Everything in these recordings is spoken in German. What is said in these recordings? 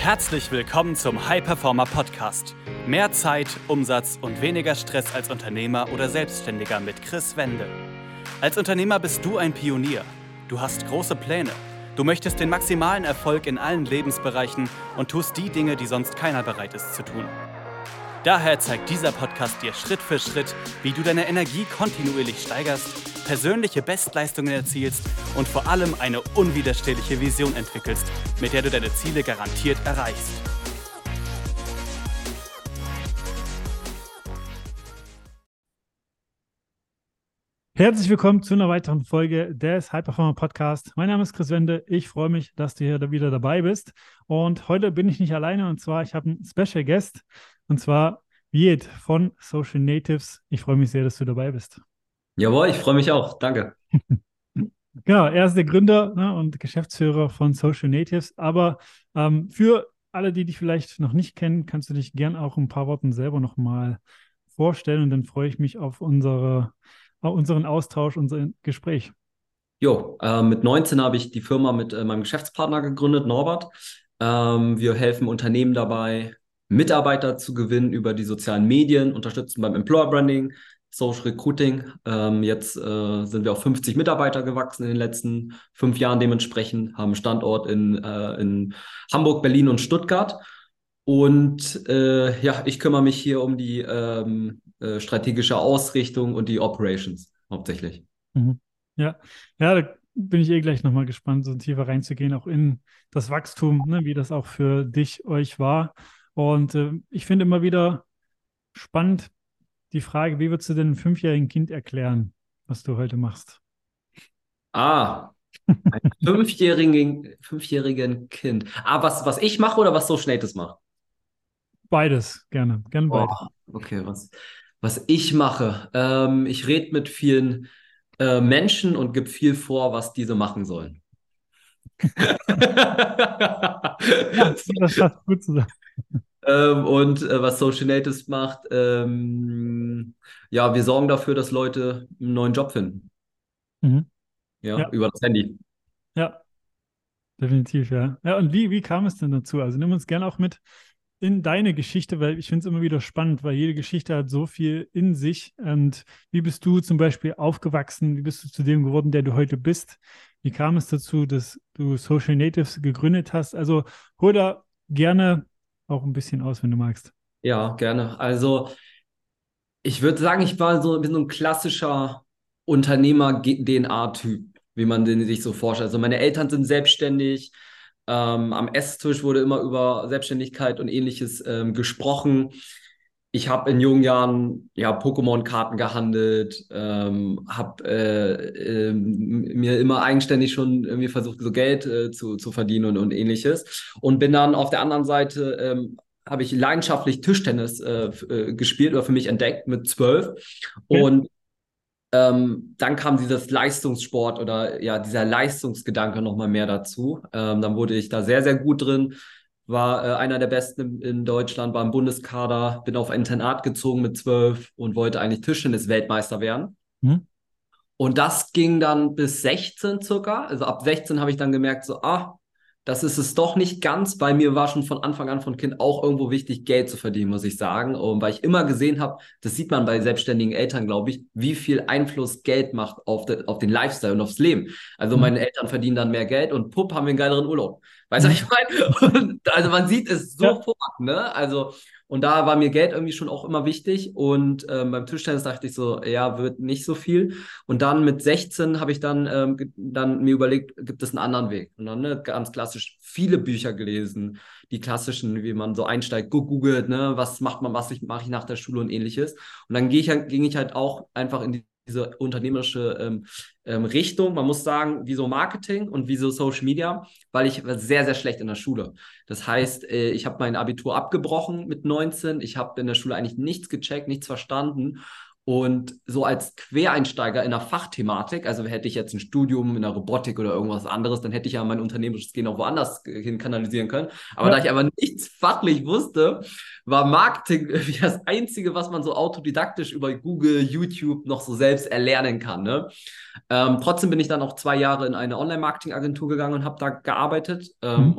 Herzlich willkommen zum High Performer Podcast. Mehr Zeit, Umsatz und weniger Stress als Unternehmer oder Selbstständiger mit Chris Wende. Als Unternehmer bist du ein Pionier. Du hast große Pläne. Du möchtest den maximalen Erfolg in allen Lebensbereichen und tust die Dinge, die sonst keiner bereit ist zu tun. Daher zeigt dieser Podcast dir Schritt für Schritt, wie du deine Energie kontinuierlich steigerst, persönliche Bestleistungen erzielst und vor allem eine unwiderstehliche Vision entwickelst, mit der du deine Ziele garantiert erreichst. Herzlich willkommen zu einer weiteren Folge des High Performer Podcast. Mein Name ist Chris Wende. Ich freue mich, dass du hier wieder dabei bist. Und heute bin ich nicht alleine, und zwar ich habe einen Special Guest, und zwar Viet von Social Natives. Ich freue mich sehr, dass du dabei bist. Jawohl, ich freue mich auch. Danke. Genau, er ist der Gründer, und Geschäftsführer von Social Natives. Aber für alle, die dich vielleicht noch nicht kennen, kannst du dich gern auch ein paar Worten selber nochmal vorstellen. Und dann freue ich mich auf unseren Austausch, unser Gespräch. Mit 19 habe ich die Firma mit meinem Geschäftspartner gegründet, Norbert. Wir helfen Unternehmen dabei, Mitarbeiter zu gewinnen über die sozialen Medien, unterstützen beim Employer Branding, Social Recruiting. Jetzt sind wir auf 50 Mitarbeiter gewachsen in den letzten 5 Jahren dementsprechend, haben einen Standort in Hamburg, Berlin und Stuttgart. Und ich kümmere mich hier um die strategische Ausrichtung und die Operations hauptsächlich. Mhm. Ja, da bin ich gleich nochmal gespannt, so tiefer reinzugehen, auch in das Wachstum, wie das auch für euch war. Und ich finde immer wieder spannend die Frage, wie würdest du denn einem 5-jährigen Kind erklären, was du heute machst? Ein fünfjährigen Kind. Was ich mache oder was Social Natives macht? Beides, gerne beides. Okay, was ich mache. Ich rede mit vielen Menschen und gebe viel vor, was diese machen sollen. Ja, das passt gut zusammen. Was Social Natives macht, wir sorgen dafür, dass Leute einen neuen Job finden. Mhm. Ja, Ja, über das Handy. ja, definitiv, ja. Ja, und wie kam es denn dazu? Also nimm uns gerne auch mit in deine Geschichte, weil ich finde es immer wieder spannend, weil jede Geschichte hat so viel in sich. Und wie bist du zum Beispiel aufgewachsen? Wie bist du zu dem geworden, der du heute bist? Wie kam es dazu, dass du Social Natives gegründet hast? Also hol da gerne auch ein bisschen aus, wenn du magst. Ja, gerne. Also ich würde sagen, ich war bin so ein klassischer Unternehmer-DNA-Typ, wie man den sich so vorstellt. Also meine Eltern sind selbstständig. Am Esstisch wurde immer über Selbstständigkeit und Ähnliches gesprochen. Ich habe in jungen Jahren Pokémon-Karten gehandelt, habe mir immer eigenständig schon irgendwie versucht, so Geld zu verdienen und Ähnliches. Und bin dann auf der anderen Seite habe ich leidenschaftlich Tischtennis gespielt oder für mich entdeckt mit 12. Okay. Und dann kam dieses Leistungssport oder ja, dieser Leistungsgedanke nochmal mehr dazu. Dann wurde ich da sehr, sehr gut drin, war einer der Besten in Deutschland, war im Bundeskader, bin auf ein Internat gezogen mit 12 und wollte eigentlich Tischtennis-Weltmeister werden. Hm? Und das ging dann bis 16 circa. Also ab 16 habe ich dann gemerkt, das ist es doch nicht ganz. Bei mir war schon von Anfang an von Kind auch irgendwo wichtig, Geld zu verdienen, muss ich sagen. Und weil ich immer gesehen habe, das sieht man bei selbstständigen Eltern, glaube ich, wie viel Einfluss Geld macht auf den Lifestyle und aufs Leben. Also Hm? meine Eltern verdienen dann mehr Geld und pupp, haben wir einen geileren Urlaub. Weißt du, Hm? was ich meine? Und also man sieht es Ja. sofort, ne? Also, und da war mir Geld irgendwie schon auch immer wichtig. Und beim Tischtennis dachte ich so, ja, wird nicht so viel. Und dann mit 16 habe ich dann mir überlegt, gibt es einen anderen Weg? Und dann ganz klassisch viele Bücher gelesen, die klassischen, wie man so einsteigt, googelt, ne, was macht man, mache ich nach der Schule und Ähnliches. Und dann ging ich halt auch einfach in diese unternehmerische Richtung. Man muss sagen, wie so Marketing und wie so Social Media, weil ich war sehr, sehr schlecht in der Schule. Das heißt, ich habe mein Abitur abgebrochen mit 19. Ich habe in der Schule eigentlich nichts gecheckt, nichts verstanden. Und so als Quereinsteiger in der Fachthematik, also hätte ich jetzt ein Studium in der Robotik oder irgendwas anderes, dann hätte ich ja mein unternehmerisches Gehen auch woanders hin kanalisieren können. Aber da Ja. ich aber nichts fachlich wusste, war Marketing irgendwie das Einzige, was man so autodidaktisch über Google, YouTube noch so selbst erlernen kann. Ne? Trotzdem bin ich dann auch 2 Jahre in eine Online-Marketing-Agentur gegangen und habe da gearbeitet Mhm. und habe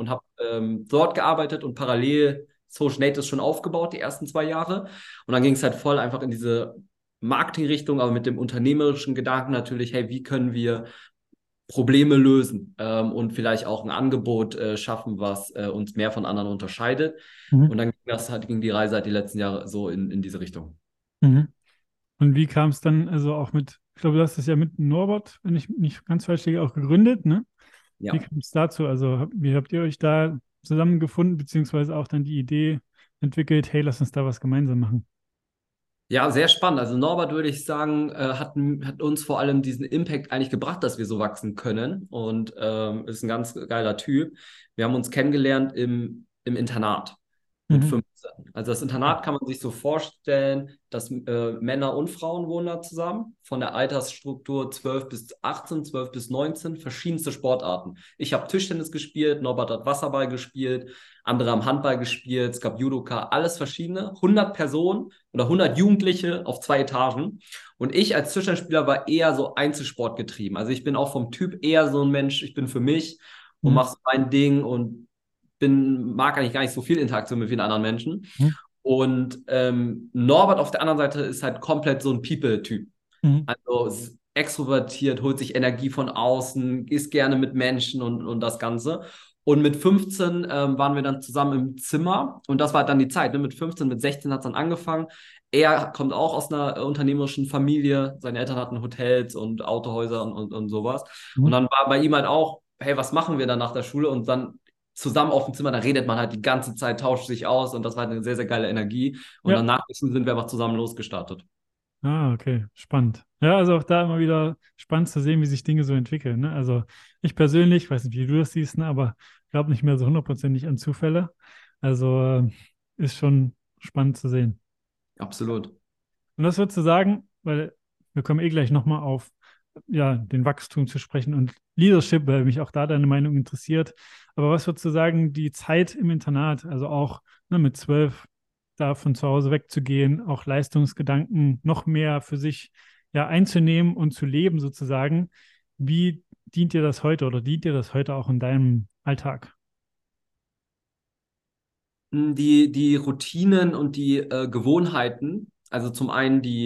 dort gearbeitet und parallel Social Natives schon aufgebaut, die ersten 2 Jahre. Und dann ging es halt voll einfach in diese Marketingrichtung, aber mit dem unternehmerischen Gedanken natürlich, hey, wie können wir Probleme lösen und vielleicht auch ein Angebot schaffen, was uns mehr von anderen unterscheidet. Mhm. Und dann ging die Reise halt die letzten Jahre so in diese Richtung. Mhm. Und wie kam es dann, also auch mit, ich glaube, du hast es ja mit Norbert, wenn ich nicht ganz falsch liege, auch gegründet, ne? Wie Ja. kam es dazu? Also wie habt ihr euch da zusammengefunden, beziehungsweise auch dann die Idee entwickelt, hey, lass uns da was gemeinsam machen? Ja, sehr spannend. Also Norbert, würde ich sagen, hat uns vor allem diesen Impact eigentlich gebracht, dass wir so wachsen können und ist ein ganz geiler Typ. Wir haben uns kennengelernt im Internat mit Mhm. 15. Also das Internat kann man sich so vorstellen, dass Männer und Frauen wohnen da zusammen, von der Altersstruktur 12 bis 18, 12 bis 19, verschiedenste Sportarten. Ich habe Tischtennis gespielt, Norbert hat Wasserball gespielt, andere haben Handball gespielt, es gab Judoka, alles verschiedene, 100 Personen oder 100 Jugendliche auf 2 Etagen. Und ich als Tischtennisspieler war eher so Einzelsport getrieben. Also ich bin auch vom Typ eher so ein Mensch, ich bin für mich und Mhm. mache so mein Ding und mag eigentlich gar nicht so viel Interaktion mit vielen anderen Menschen. Mhm. Und Norbert auf der anderen Seite ist halt komplett so ein People-Typ. Mhm. Also extrovertiert, holt sich Energie von außen, ist gerne mit Menschen und das Ganze. Und mit 15 waren wir dann zusammen im Zimmer und das war halt dann die Zeit. Ne? Mit 15, mit 16 hat es dann angefangen. Er kommt auch aus einer unternehmerischen Familie. Seine Eltern hatten Hotels und Autohäuser und sowas. Und Mhm. dann war bei ihm halt auch, hey, was machen wir dann nach der Schule? Und dann zusammen auf dem Zimmer, da redet man halt die ganze Zeit, tauscht sich aus und das war halt eine sehr, sehr geile Energie. Und Ja. dann nach der Schule sind wir einfach zusammen losgestartet. Ah, okay, spannend. Ja, also auch da immer wieder spannend zu sehen, wie sich Dinge so entwickeln. Ne? Also ich persönlich, weiß nicht, wie du das siehst, ne, aber glaube nicht mehr so hundertprozentig an Zufälle. Also ist schon spannend zu sehen. Absolut. Und was würdest du sagen, weil wir kommen eh gleich nochmal auf ja, den Wachstum zu sprechen und Leadership, weil mich auch da deine Meinung interessiert. Aber was würdest du sagen, die Zeit im Internat, also auch ne, mit 12 da von zu Hause wegzugehen, auch Leistungsgedanken noch mehr für sich ja einzunehmen und zu leben sozusagen, wie dient dir das heute oder dient dir das heute auch in deinem Alltag? Die Routinen und die Gewohnheiten, also zum einen die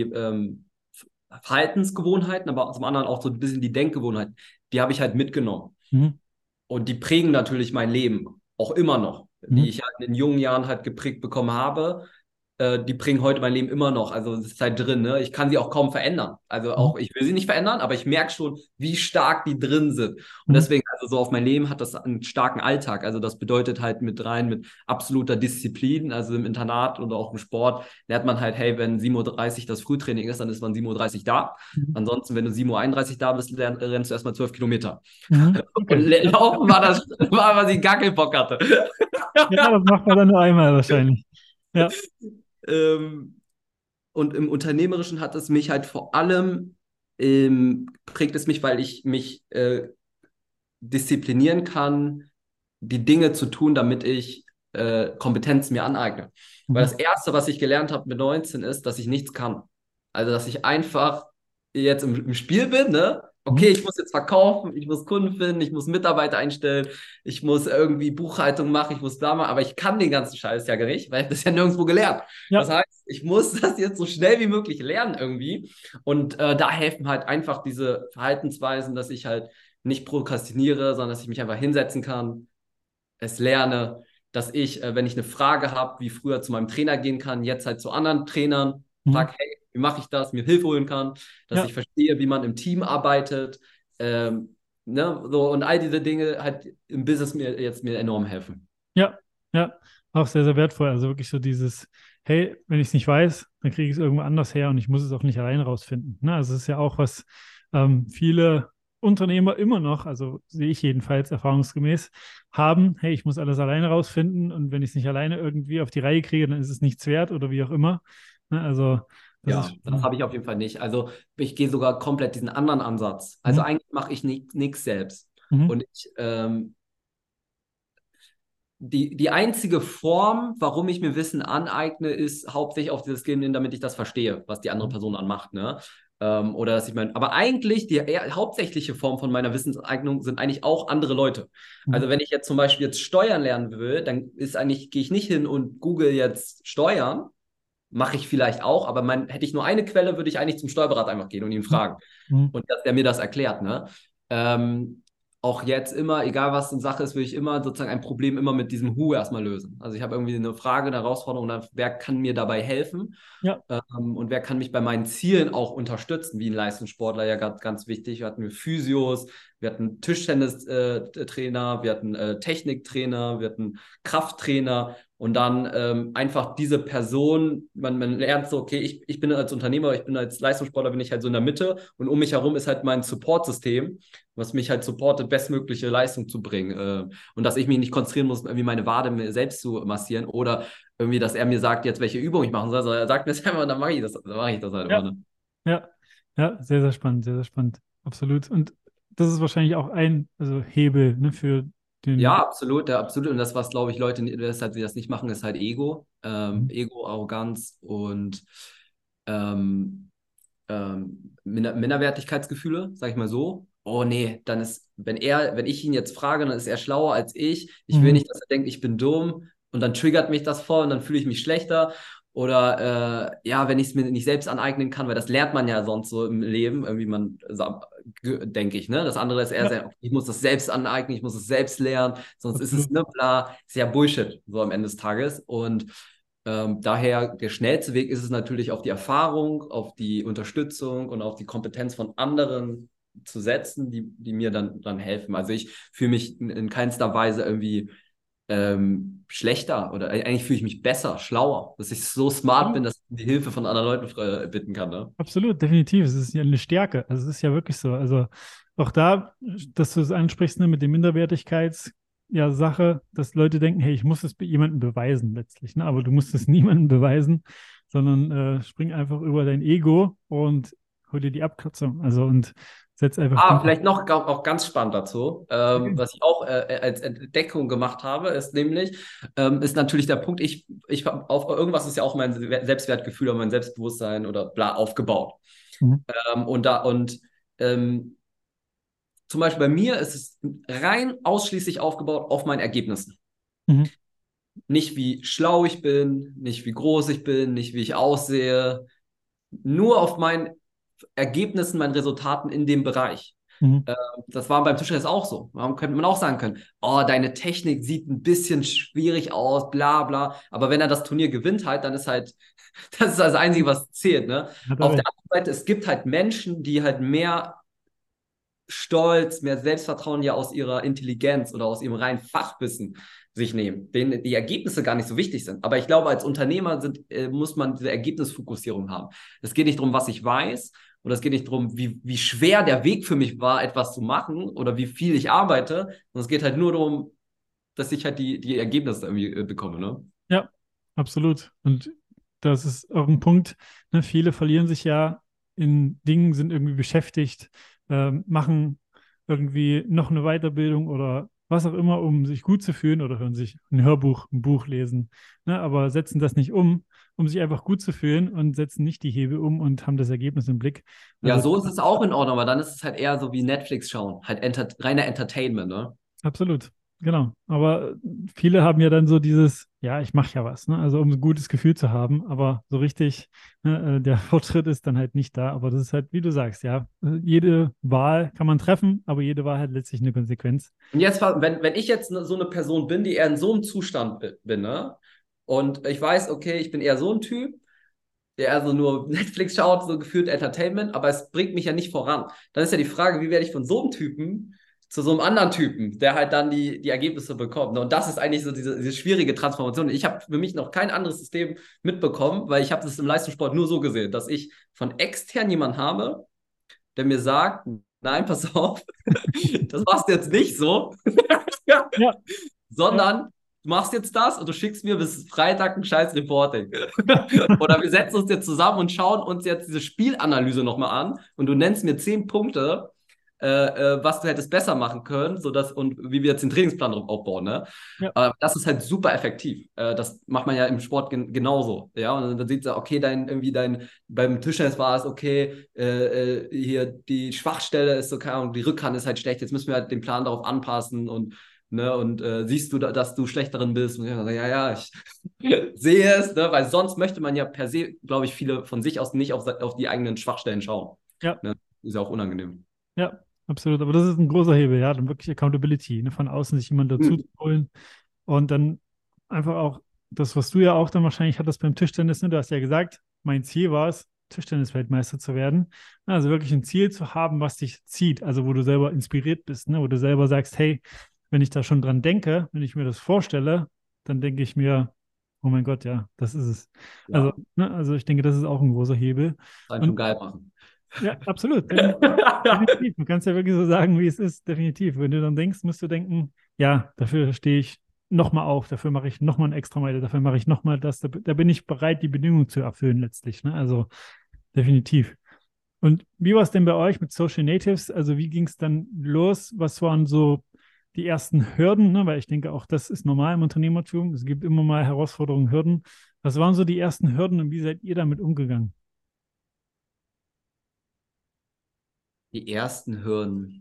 Verhaltensgewohnheiten, aber zum anderen auch so ein bisschen die Denkgewohnheiten, die habe ich halt mitgenommen. Mhm. Und die prägen natürlich mein Leben, auch immer noch, die Mhm. ich halt in jungen Jahren halt geprägt bekommen habe. Die prägen heute mein Leben immer noch. Also es ist halt drin, ne? Ich kann sie auch kaum verändern. Also Mhm. auch, ich will sie nicht verändern, aber ich merke schon, wie stark die drin sind. Und Mhm. deswegen, also so auf mein Leben hat das einen starken Alltag. Also das bedeutet halt mit rein, mit absoluter Disziplin, also im Internat oder auch im Sport, lernt man halt, hey, wenn 7:30 Uhr das Frühtraining ist, dann ist man 7:30 Uhr da. Mhm. Ansonsten, wenn du 7:31 Uhr da bist, rennst du erstmal 12 Kilometer. Mhm. Und Okay. Ja. Laufen war, was ich gar keinen Bock hatte. Ja, das macht man dann nur einmal wahrscheinlich. Ja. ähm, und im Unternehmerischen hat es mich halt vor allem, prägt es mich, weil ich mich disziplinieren kann, die Dinge zu tun, damit ich Kompetenz mir aneigne. Weil Mhm. das Erste, was ich gelernt habe mit 19, ist, dass ich nichts kann. Also, dass ich einfach jetzt im Spiel bin, ne? Okay, Mhm. ich muss jetzt verkaufen, ich muss Kunden finden, ich muss Mitarbeiter einstellen, ich muss irgendwie Buchhaltung machen, ich muss da mal, aber ich kann den ganzen Scheiß ja gar nicht, weil ich das ja nirgendwo gelernt. Das Ja. heißt, ich muss das jetzt so schnell wie möglich lernen irgendwie. Und da helfen halt einfach diese Verhaltensweisen, dass ich halt nicht prokrastiniere, sondern dass ich mich einfach hinsetzen kann, es lerne, dass ich, wenn ich eine Frage habe, wie früher zu meinem Trainer gehen kann, jetzt halt zu anderen Trainern, Mhm. frage, hey, wie mache ich das, mir Hilfe holen kann, dass Ja. ich verstehe, wie man im Team arbeitet, ne, so und all diese Dinge halt im Business mir enorm helfen. Ja, ja, auch sehr, sehr wertvoll. Also wirklich so dieses, hey, wenn ich es nicht weiß, dann kriege ich es irgendwo anders her und ich muss es auch nicht allein rausfinden. Ne? Also es ist ja auch, was viele Unternehmer immer noch, also sehe ich jedenfalls erfahrungsgemäß, haben, hey, ich muss alles alleine rausfinden und wenn ich es nicht alleine irgendwie auf die Reihe kriege, dann ist es nichts wert oder wie auch immer. Ne? Also das ist, Ja, das habe ich auf jeden Fall nicht. Also ich gehe sogar komplett diesen anderen Ansatz. Also mhm. eigentlich mache ich nichts selbst. Mhm. Und die einzige Form, warum ich mir Wissen aneigne, ist hauptsächlich auf dieses Gehen, damit ich das verstehe, was die andere Person dann macht. Ne? Oder dass ich aber eigentlich die hauptsächliche Form von meiner Wissenseignung sind eigentlich auch andere Leute. Also wenn ich jetzt zum Beispiel jetzt Steuern lernen will, dann gehe ich nicht hin und google jetzt Steuern, mache ich vielleicht auch, aber hätte ich nur eine Quelle, würde ich eigentlich zum Steuerberater einfach gehen und ihn fragen. Und dass der mir das erklärt, ne? Auch jetzt immer, egal was eine Sache ist, will ich immer sozusagen ein Problem immer mit diesem Who erstmal lösen. Also ich habe irgendwie eine Frage, eine Herausforderung, dann, wer kann mir dabei helfen? Ja. Und wer kann mich bei meinen Zielen auch unterstützen, wie ein Leistungssportler, ja ganz wichtig. Wir hatten Physios, wir hatten Tischtennistrainer, wir hatten Techniktrainer, wir hatten Krafttrainer und dann einfach diese Person, man lernt so, okay, ich bin als Unternehmer, ich bin als Leistungssportler, bin ich halt so in der Mitte und um mich herum ist halt mein Support-System, was mich halt supportet, bestmögliche Leistung zu bringen. Und dass ich mich nicht konzentrieren muss, irgendwie meine Wade mir selbst zu massieren oder irgendwie, dass er mir sagt, jetzt welche Übung ich machen soll, sondern er sagt mir selber, dann mache ich das halt Ja. immer. Ne? Ja, sehr, sehr spannend, sehr, sehr spannend. Absolut. Und das ist wahrscheinlich auch ein Hebel, ne, für den. Ja, absolut, ja, absolut. Und das, was, glaube ich, Leute, weshalb sie das nicht machen, ist halt Ego. Ego, Arroganz und Minderwertigkeitsgefühle, sag ich mal so. Oh nee, dann ist, wenn ich ihn jetzt frage, dann ist er schlauer als ich. Ich will nicht, dass er denkt, ich bin dumm und dann triggert mich das voll und dann fühle ich mich schlechter. Oder ja, wenn ich es mir nicht selbst aneignen kann, weil das lernt man ja sonst so im Leben, irgendwie denke ich, ne? Das andere ist eher sehr, ich muss das selbst aneignen, ich muss es selbst lernen, sonst ist es, ne, bla, ist ja Bullshit, so am Ende des Tages. Und daher der schnellste Weg ist es natürlich auf die Erfahrung, auf die Unterstützung und auf die Kompetenz von anderen zu setzen, die mir dann helfen. Also ich fühle mich in keinster Weise irgendwie schlechter oder eigentlich fühle ich mich besser, schlauer, dass ich so smart bin, dass ich die Hilfe von anderen Leuten bitten kann. Ne? Absolut, definitiv. Es ist ja eine Stärke. Also es ist ja wirklich so. Also auch da, dass du es ansprichst, ne, mit der Minderwertigkeits-Sache, dass Leute denken, hey, ich muss es jemandem beweisen letztlich. Ne? Aber du musst es niemandem beweisen, sondern spring einfach über dein Ego und hol dir die Abkürzung. Also und setz einfach. Vielleicht noch auch ganz spannend dazu, was ich auch als Entdeckung gemacht habe, ist natürlich der Punkt, auf irgendwas ist ja auch mein Selbstwertgefühl oder mein Selbstbewusstsein oder bla aufgebaut. Zum Beispiel bei mir ist es rein ausschließlich aufgebaut auf meinen Ergebnissen. Nicht wie schlau ich bin, nicht wie groß ich bin, nicht wie ich aussehe, nur auf meinen Ergebnissen, meinen Resultaten in dem Bereich. Das war beim Tischtennis auch so. Warum könnte man auch sagen können, oh, deine Technik sieht ein bisschen schwierig aus, bla bla. Aber wenn er das Turnier gewinnt halt, dann ist halt, das ist das Einzige, was zählt. Ne? Auf der anderen Seite, es gibt halt Menschen, die halt mehr Stolz, mehr Selbstvertrauen ja aus ihrer Intelligenz oder aus ihrem reinen Fachwissen sich nehmen, denen die Ergebnisse gar nicht so wichtig sind. Aber ich glaube, als Unternehmer muss man diese Ergebnisfokussierung haben. Es geht nicht darum, was ich weiß, oder es geht nicht darum, wie schwer der Weg für mich war, etwas zu machen oder wie viel ich arbeite, sondern es geht halt nur darum, dass ich halt die Ergebnisse irgendwie bekomme. Ne? Ja, absolut. Und das ist auch ein Punkt, ne? Viele verlieren sich ja in Dingen, sind irgendwie beschäftigt, machen irgendwie noch eine Weiterbildung oder was auch immer, um sich gut zu fühlen oder hören sich ein Hörbuch, ein Buch lesen, ne? Aber setzen das nicht um sich einfach gut zu fühlen und setzen nicht die Hebel um und haben das Ergebnis im Blick. Also, ja, so ist es auch in Ordnung, aber dann ist es halt eher so wie Netflix schauen, halt reiner Entertainment, ne? Absolut, genau. Aber viele haben ja dann so dieses, ja, ich mache ja was, ne? Also um ein gutes Gefühl zu haben, aber so richtig, ne, der Fortschritt ist dann halt nicht da. Aber das ist halt, wie du sagst, ja, jede Wahl kann man treffen, aber jede Wahl hat letztlich eine Konsequenz. Und jetzt, wenn ich jetzt so eine Person bin, die eher in so einem Zustand bin, ne? Und ich weiß, okay, ich bin eher so ein Typ, der also nur Netflix schaut, so gefühlt Entertainment, aber es bringt mich ja nicht voran. Dann ist ja die Frage, wie werde ich von so einem Typen zu so einem anderen Typen, der halt dann die Ergebnisse bekommt. Und das ist eigentlich so diese schwierige Transformation. Ich habe für mich noch kein anderes System mitbekommen, weil ich habe das im Leistungssport nur so gesehen, dass ich von extern jemanden habe, der mir sagt, nein, pass auf, das machst du jetzt nicht so, Ja. sondern du machst jetzt das und du schickst mir bis Freitag ein scheiß Reporting. Oder wir setzen uns jetzt zusammen und schauen uns jetzt diese Spielanalyse nochmal an und du nennst mir 10 Punkte, was du hättest besser machen können, und wie wir jetzt den Trainingsplan drauf aufbauen, ne? Ja. Das ist halt super effektiv. Das macht man ja im Sport genauso. Ja, und dann sieht man, okay, beim Tischtennis war es okay, hier die Schwachstelle ist so, keine Ahnung, die Rückhand ist halt schlecht, jetzt müssen wir halt den Plan darauf anpassen und siehst du, dass du schlecht darin bist? Und ja, ich sehe es, ne? Weil sonst möchte man ja per se, glaube ich, viele von sich aus nicht auf die eigenen Schwachstellen schauen. Ja. Ne? Ist ja auch unangenehm. Ja, absolut. Aber das ist ein großer Hebel, ja, dann wirklich Accountability, ne, von außen sich jemand dazu zu holen und dann einfach auch das, was du ja auch dann wahrscheinlich hattest beim Tischtennis, ne, du hast ja gesagt, mein Ziel war es, Tischtennis-Weltmeister zu werden. Also wirklich ein Ziel zu haben, was dich zieht, also wo du selber inspiriert bist, ne, wo du selber sagst, hey, wenn ich da schon dran denke, wenn ich mir das vorstelle, dann denke ich mir, oh mein Gott, ja, das ist es. Ja. Also ich denke, das ist auch ein großer Hebel. Einen schon geil machen. Ja, absolut. Definitiv. Du kannst ja wirklich so sagen, wie es ist, definitiv. Wenn du dann denkst, musst du denken, ja, dafür stehe ich nochmal auf, dafür mache ich nochmal ein Extrameile, dafür mache ich nochmal das, da bin ich bereit, die Bedingungen zu erfüllen letztlich. Ne? Also definitiv. Und wie war es denn bei euch mit Social Natives? Also wie ging es dann los? Was waren so die ersten Hürden? Ne? Weil ich denke, auch das ist normal im Unternehmertum. Es gibt immer mal Herausforderungen, Hürden. Was waren so die ersten Hürden und wie seid ihr damit umgegangen? Die ersten Hürden.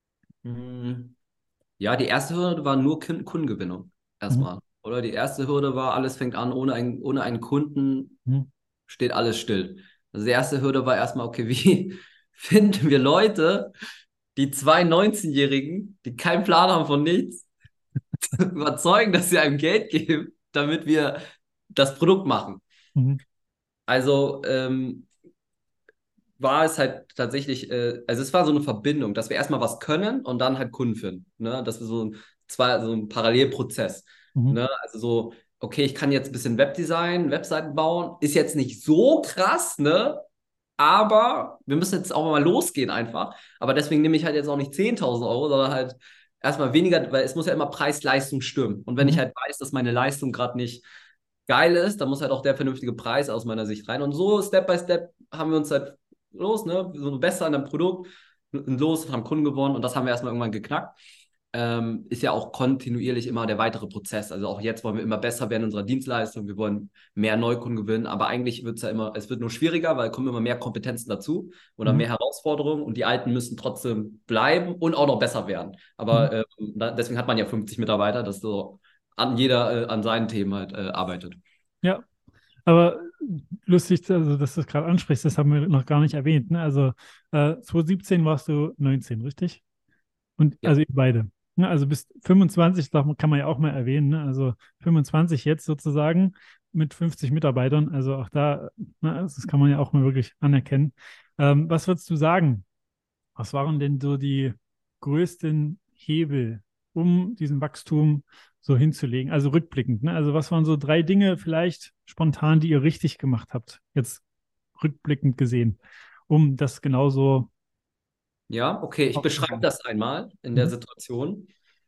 Ja, die erste Hürde war nur Kundengewinnung Mhm. erstmal. Oder die erste Hürde war, alles fängt an, ohne einen Kunden Mhm. steht alles still. Also die erste Hürde war erstmal, okay, wie finden wir Leute, die zwei 19-Jährigen, die keinen Plan haben von nichts, überzeugen, dass sie einem Geld geben, damit wir das Produkt machen. Mhm. Also war es halt tatsächlich, also es war so eine Verbindung, dass wir erstmal was können und dann halt Kunden finden. Ne? Das ist so ein Parallelprozess. Mhm. Ne? Also so, okay, ich kann jetzt ein bisschen Webdesign, Webseiten bauen, ist jetzt nicht so krass, ne? Aber wir müssen jetzt auch mal losgehen einfach. Aber deswegen nehme ich halt jetzt auch nicht 10.000 Euro, sondern halt erstmal weniger, weil es muss ja immer Preis-Leistung stimmen. Und wenn ich Mhm. halt weiß, dass meine Leistung gerade nicht geil ist, dann muss halt auch der vernünftige Preis aus meiner Sicht rein. Und so Step by Step haben wir uns halt ne, so besser an dem Produkt und los, haben Kunden gewonnen und das haben wir erstmal irgendwann geknackt. Ist ja auch kontinuierlich immer der weitere Prozess. Also auch jetzt wollen wir immer besser werden in unserer Dienstleistung. Wir wollen mehr Neukunden gewinnen, aber eigentlich wird es ja immer, es wird nur schwieriger, weil kommen immer mehr Kompetenzen dazu oder Mhm. mehr Herausforderungen und die alten müssen trotzdem bleiben und auch noch besser werden. Mhm. Aber deswegen hat man ja 50 Mitarbeiter, dass so jeder an seinen Themen halt arbeitet. Ja, aber lustig, also dass du es gerade ansprichst, das haben wir noch gar nicht erwähnt. Ne? Also 2017 warst du 19, richtig? Und Ja. also ihr beide. Ne? Also bis 25, kann man ja auch mal erwähnen. Ne? Also 25 jetzt sozusagen mit 50 Mitarbeitern. Also auch da, ne, also das kann man ja auch mal wirklich anerkennen. Was würdest du sagen? Was waren denn so die größten Hebel, um diesen Wachstum so hinzulegen? Also rückblickend, ne? Also was waren so 3 Dinge vielleicht spontan, die ihr richtig gemacht habt, jetzt rückblickend gesehen, um das genauso Ja, okay, ich beschreibe aufzubauen? das einmal in der Mhm. Situation.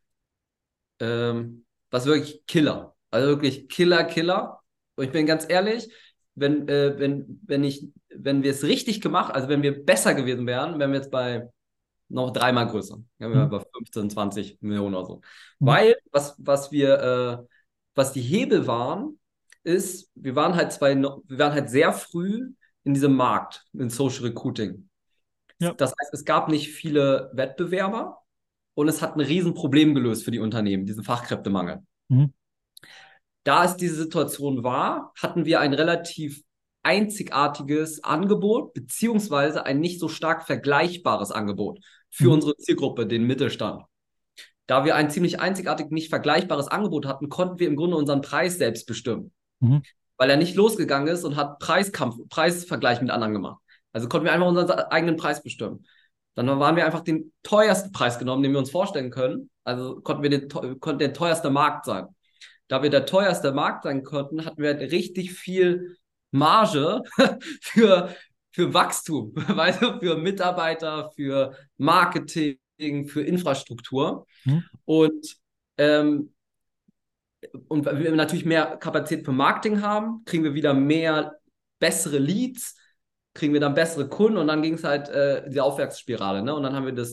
Was wirklich Killer. Also wirklich Killer, Killer. Und ich bin ganz ehrlich, wenn wir es richtig gemacht, also wenn wir besser gewesen wären, wären wir jetzt bei noch dreimal größer. Ja, wir wären Mhm. bei 15, 20 Millionen oder so. Mhm. Weil, was die Hebel waren, ist, wir waren halt sehr früh in diesem Markt, in Social Recruiting. Ja. Das heißt, es gab nicht viele Wettbewerber und es hat ein Riesenproblem gelöst für die Unternehmen, diesen Fachkräftemangel. Mhm. Da es diese Situation war, hatten wir ein relativ einzigartiges Angebot, beziehungsweise ein nicht so stark vergleichbares Angebot für Mhm. unsere Zielgruppe, den Mittelstand. Da wir ein ziemlich einzigartig, nicht vergleichbares Angebot hatten, konnten wir im Grunde unseren Preis selbst bestimmen, Mhm. weil er nicht losgegangen ist und hat Preisvergleich mit anderen gemacht. Also konnten wir einfach unseren eigenen Preis bestimmen. Dann waren wir einfach den teuersten Preis genommen, den wir uns vorstellen können. Also konnten der teuerste Markt sein. Da wir der teuerste Markt sein konnten, hatten wir halt richtig viel Marge für, für Wachstum, also für Mitarbeiter, für Marketing, für Infrastruktur. Mhm. Und, ähm, und weil wir natürlich mehr Kapazität für Marketing haben, kriegen wir wieder mehr bessere Leads, kriegen wir dann bessere Kunden und dann ging es halt diese Aufwärtsspirale, ne? Und dann haben wir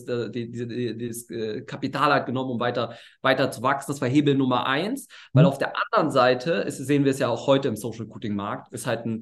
das Kapital halt genommen, um weiter zu wachsen. Das war Hebel Nummer 1, weil auf der anderen Seite sehen wir es ja auch heute im Social Recruiting Markt,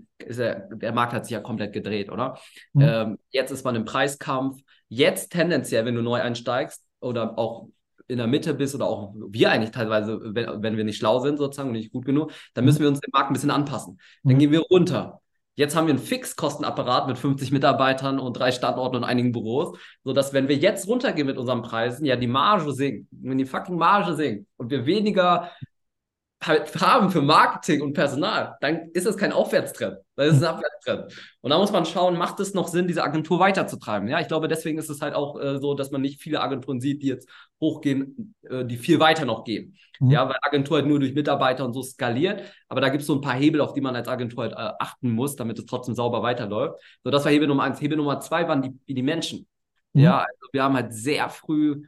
der Markt hat sich ja komplett gedreht, oder? Jetzt ist man im Preiskampf. Jetzt tendenziell, wenn du neu einsteigst oder auch in der Mitte bist oder auch wir eigentlich teilweise, wenn wir nicht schlau sind sozusagen und nicht gut genug, dann müssen wir uns dem Markt ein bisschen anpassen. Dann gehen wir runter. Jetzt haben wir einen Fixkostenapparat mit 50 Mitarbeitern und 3 Standorten und einigen Büros, sodass, wenn wir jetzt runtergehen mit unseren Preisen, ja die Marge sinkt. Wenn die fucking Marge sinkt und wir weniger halt haben für Marketing und Personal, dann ist es kein Aufwärtstrend, dann ist es ein Abwärtstrend. Und da muss man schauen, macht es noch Sinn, diese Agentur weiterzutreiben? Ja, ich glaube, deswegen ist es halt auch so, dass man nicht viele Agenturen sieht, die jetzt hochgehen, die viel weiter noch gehen. Ja, weil Agentur halt nur durch Mitarbeiter und so skaliert, aber da gibt es so ein paar Hebel, auf die man als Agentur halt achten muss, damit es trotzdem sauber weiterläuft. So, das war Hebel Nummer 1. Hebel Nummer 2 waren die Menschen. Ja, also wir haben halt sehr früh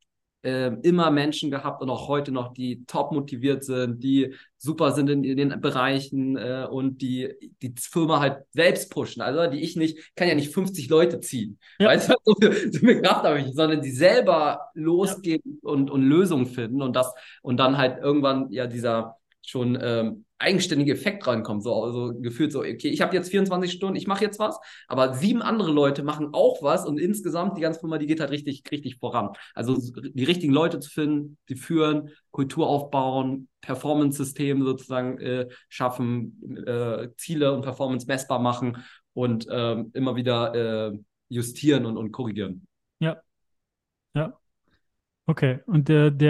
immer Menschen gehabt und auch heute noch, die top motiviert sind, die super sind in den Bereichen und die Firma halt selbst pushen. Also kann ja nicht 50 Leute ziehen, weißt du, so viel Kraft habe ich, sondern die selber losgehen und Lösungen finden und dann halt irgendwann ja dieser schon eigenständige Effekt reinkommt, so gefühlt so, okay, ich habe jetzt 24 Stunden, ich mache jetzt was, aber 7 andere Leute machen auch was und insgesamt die ganze Firma, die geht halt richtig, richtig voran. Also die richtigen Leute zu finden, die führen, Kultur aufbauen, Performance-Systeme sozusagen schaffen, Ziele und Performance messbar machen und immer wieder justieren und korrigieren. Ja, ja. Okay. Und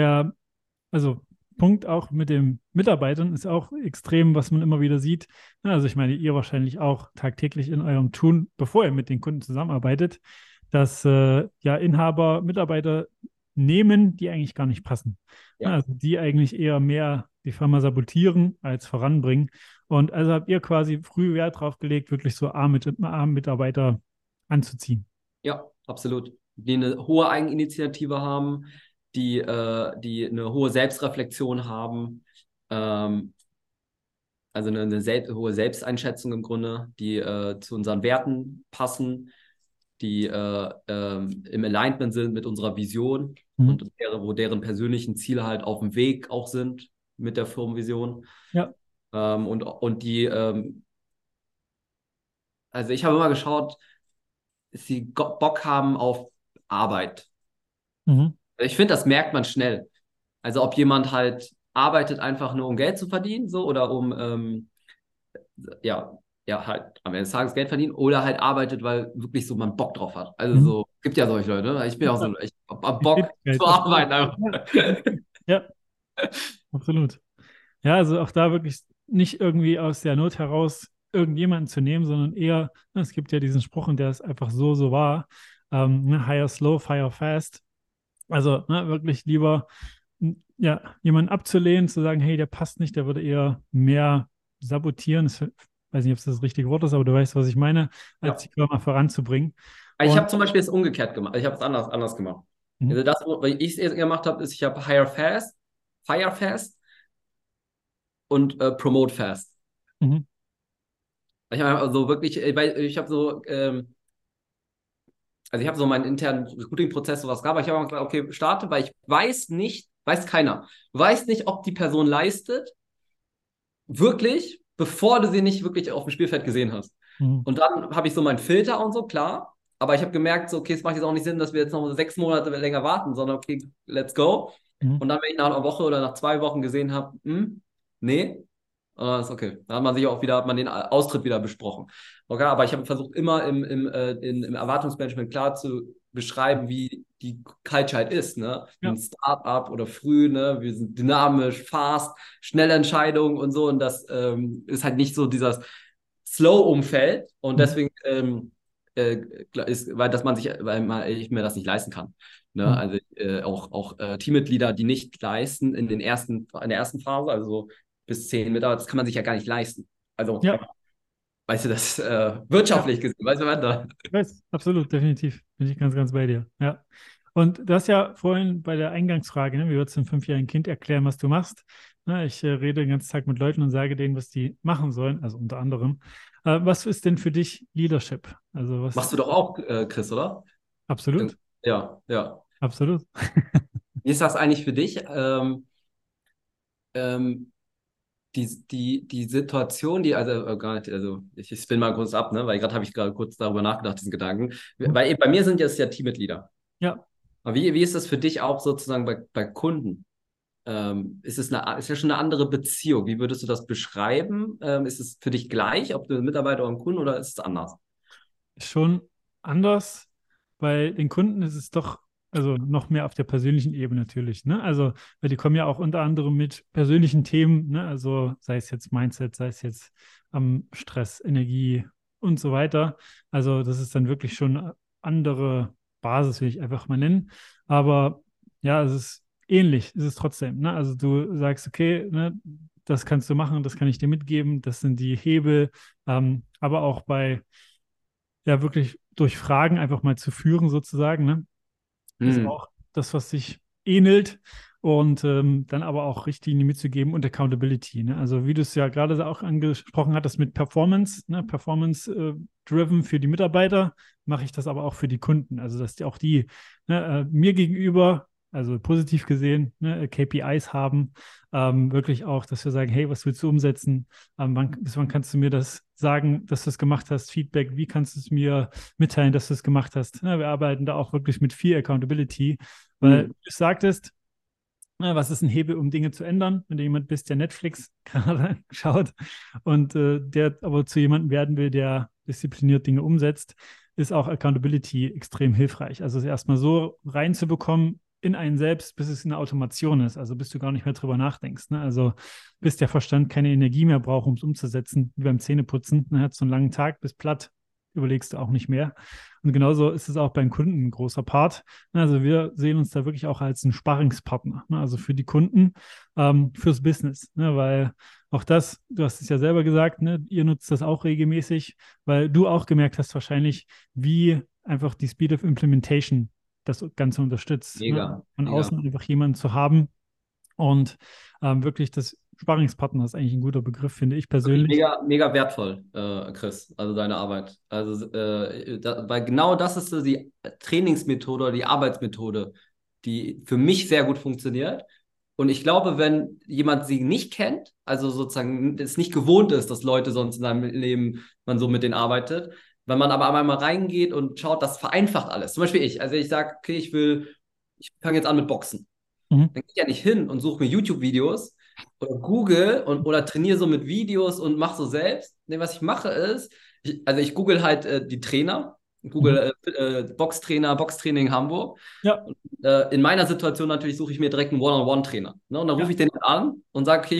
also Punkt auch mit den Mitarbeitern ist auch extrem, was man immer wieder sieht. Also ich meine, ihr wahrscheinlich auch tagtäglich in eurem Tun, bevor ihr mit den Kunden zusammenarbeitet, dass ja Inhaber Mitarbeiter nehmen, die eigentlich gar nicht passen. Ja. Also die eigentlich eher mehr die Firma sabotieren als voranbringen. Und also habt ihr quasi früh Wert drauf gelegt, wirklich so Mitarbeiter anzuziehen. Ja, absolut. Die eine hohe Eigeninitiative haben, die eine hohe Selbstreflexion haben, also eine hohe Selbsteinschätzung im Grunde, die zu unseren Werten passen, die im Alignment sind mit unserer Vision und wo deren persönlichen Ziele halt auf dem Weg auch sind mit der Firmenvision. Ja. Und die, also ich habe immer geschaut, dass sie Bock haben auf Arbeit. Ich finde, das merkt man schnell. Also ob jemand halt arbeitet einfach nur, um Geld zu verdienen, so, oder um halt am Ende des Tages Geld verdienen, oder halt arbeitet, weil wirklich so man Bock drauf hat. Also so, gibt ja solche Leute, ne? Ich bin auch so, ich hab Bock zu arbeiten einfach. Ja, absolut. Ja, also auch da wirklich nicht irgendwie aus der Not heraus irgendjemanden zu nehmen, sondern eher, es gibt ja diesen Spruch, und der ist einfach so wahr, hire slow, fire fast. Also wirklich lieber jemanden abzulehnen, zu sagen, hey, der passt nicht, der würde eher mehr sabotieren. Ich weiß nicht, ob es das richtige Wort ist, aber du weißt, was ich meine, als die Firma voranzubringen. Ich habe zum Beispiel es umgekehrt gemacht. Ich habe es anders gemacht. Also das, was ich gemacht habe, ist, ich habe Hire Fast, Fire Fast und Promote Fast. Ich habe also wirklich, weil ich habe so, also ich habe so meinen internen Recruiting-Prozess sowas gehabt, aber ich habe gesagt, okay, starte, weil ich weiß keiner, weiß nicht, ob die Person leistet, wirklich, bevor du sie nicht wirklich auf dem Spielfeld gesehen hast. Und dann habe ich so meinen Filter und so, klar, aber ich habe gemerkt, so, okay, es macht jetzt auch nicht Sinn, dass wir jetzt noch 6 Monate länger warten, sondern okay, let's go. Und dann, wenn ich nach einer Woche oder nach 2 Wochen gesehen habe, nee, ist okay. Da hat man den Austritt wieder besprochen. Okay, aber ich habe versucht, immer im Erwartungsmanagement klar zu beschreiben, wie die Culture halt ist, ne? Ein Start-up oder früh, ne? Wir sind dynamisch, fast, schnelle Entscheidungen und so. Und das ist halt nicht so dieses Slow-Umfeld. Und deswegen weil ich mir das nicht leisten kann. Ne? Also auch Teammitglieder, die nicht leisten in der ersten Phase, also so bis 10 Mitarbeiter, das kann man sich ja gar nicht leisten. Also, weißt du, das wirtschaftlich gesehen, weißt du, was da? Ich weiß, absolut, definitiv. Bin ich ganz, ganz bei dir. Ja. Und du hast ja vorhin bei der Eingangsfrage, ne, wie würdest du einem 5-jährigen Kind erklären, was du machst? Ne, ich rede den ganzen Tag mit Leuten und sage denen, was die machen sollen, also unter anderem. Was ist denn für dich Leadership? Also was, Machst du doch auch, Chris, oder? absolut, Ja, ja. absolut. Wie ist das eigentlich für dich? Ähm, die Situation, also gar nicht, also ich spin mal kurz ab, ne? Weil gerade habe ich gerade kurz darüber nachgedacht, diesen Gedanken. Weil bei mir sind jetzt ja Teammitglieder. Ja, Aber wie ist das für dich auch sozusagen bei Kunden? Ist ja schon eine andere Beziehung. Wie würdest du das beschreiben? Ist es für dich gleich, ob du Mitarbeiter oder einen Kunden oder ist es anders? ist schon anders. Bei den Kunden ist es doch, also noch mehr auf der persönlichen Ebene natürlich, ne? Also, weil die kommen ja auch unter anderem mit persönlichen Themen, ne? Also sei es jetzt Mindset, sei es jetzt Stress, Energie und so weiter. Also das ist dann wirklich schon eine andere Basis, will ich einfach mal nennen. Aber ja, es ist ähnlich, ist es trotzdem, ne? Also du sagst, okay, ne, das kannst du machen, das kann ich dir mitgeben, das sind die Hebel, aber auch bei ja wirklich durch Fragen einfach mal zu führen, sozusagen, ne? Ist Hm. auch das, was sich ähnelt. Und dann aber auch Richtlinien mitzugeben und Accountability. Ne? Also wie du es ja gerade auch angesprochen hattest mit Performance, ne? Performance-driven für die Mitarbeiter, mache ich das aber auch für die Kunden. Also dass die auch die mir gegenüber, also positiv gesehen, ne, KPIs haben, wirklich auch, dass wir sagen, hey, was willst du umsetzen? Bis wann kannst du mir das sagen, dass du es gemacht hast? Feedback, wie kannst du es mir mitteilen, dass du es gemacht hast? Ja, wir arbeiten da auch wirklich mit viel Accountability, weil Hm. du sagtest, was ist ein Hebel, um Dinge zu ändern? Wenn du jemand bist, der Netflix gerade schaut und der aber zu jemandem werden will, der diszipliniert Dinge umsetzt, ist auch Accountability extrem hilfreich. Also es erstmal so reinzubekommen in einen selbst, bis es eine Automation ist, also bis du gar nicht mehr drüber nachdenkst. Ne? Also bis der Verstand keine Energie mehr braucht, um es umzusetzen, wie beim Zähneputzen. Dann hat so einen langen Tag, bis platt, überlegst du auch nicht mehr. Und genauso ist es auch beim Kunden ein großer Part. Also wir sehen uns da wirklich auch als einen Sparringspartner, ne? Also für die Kunden, fürs Business, ne? Weil auch das, du hast es ja selber gesagt, ne? Ihr nutzt das auch regelmäßig, weil du auch gemerkt hast wahrscheinlich, wie einfach die Speed of Implementation das Ganze unterstützt. Ne? Mega, Von mega. außen einfach jemanden zu haben und wirklich das Sparringspartner ist eigentlich ein guter Begriff, finde ich Wirklich persönlich. mega, mega wertvoll, Chris, also deine Arbeit. Also, weil genau das ist so die Trainingsmethode oder die Arbeitsmethode, die für mich sehr gut funktioniert. Und ich glaube, wenn jemand sie nicht kennt, also sozusagen es nicht gewohnt ist, dass Leute sonst in seinem Leben man so mit denen arbeitet, wenn man aber einmal reingeht und schaut, das vereinfacht alles. Zum Beispiel ich, also ich sage, okay, ich fange jetzt an mit Boxen. Mhm. Dann gehe ich ja nicht hin und suche mir YouTube-Videos oder Google oder trainiere so mit Videos und mache so selbst. Nee, was ich mache ist, ich google halt die Trainer, Mhm. google Boxtrainer, Boxtraining Hamburg. Ja, Und, in meiner Situation natürlich suche ich mir direkt einen One-on-One-Trainer. Ne? Und dann rufe ja, ich den an und sage, okay,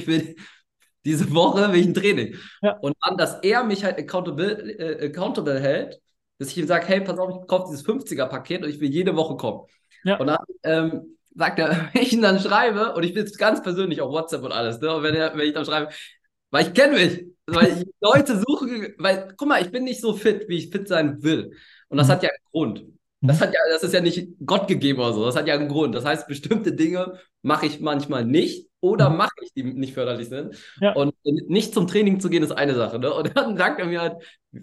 diese Woche will ich ein Training. ja, Und dann, dass er mich halt accountable hält, dass ich ihm sage, hey, pass auf, ich kaufe dieses 50er-Paket und ich will jede Woche kommen. Und ja. dann sagt er, wenn ich ihn dann schreibe, und ich bin jetzt ganz persönlich auf WhatsApp und alles, ne? Und wenn ich dann schreibe, weil ich kenne mich, weil ich Leute suche, weil, guck mal, ich bin nicht so fit, wie ich fit sein will. Und das Mhm. hat ja einen Grund. Mhm. Das ist ja nicht Gott gegeben oder so, das hat ja einen Grund. Das heißt, bestimmte Dinge mache ich manchmal nicht oder Mhm. mache ich, die nicht förderlich sind. Ja, Und nicht zum Training zu gehen, ist eine Sache. Ne? Und dann sagt er mir halt,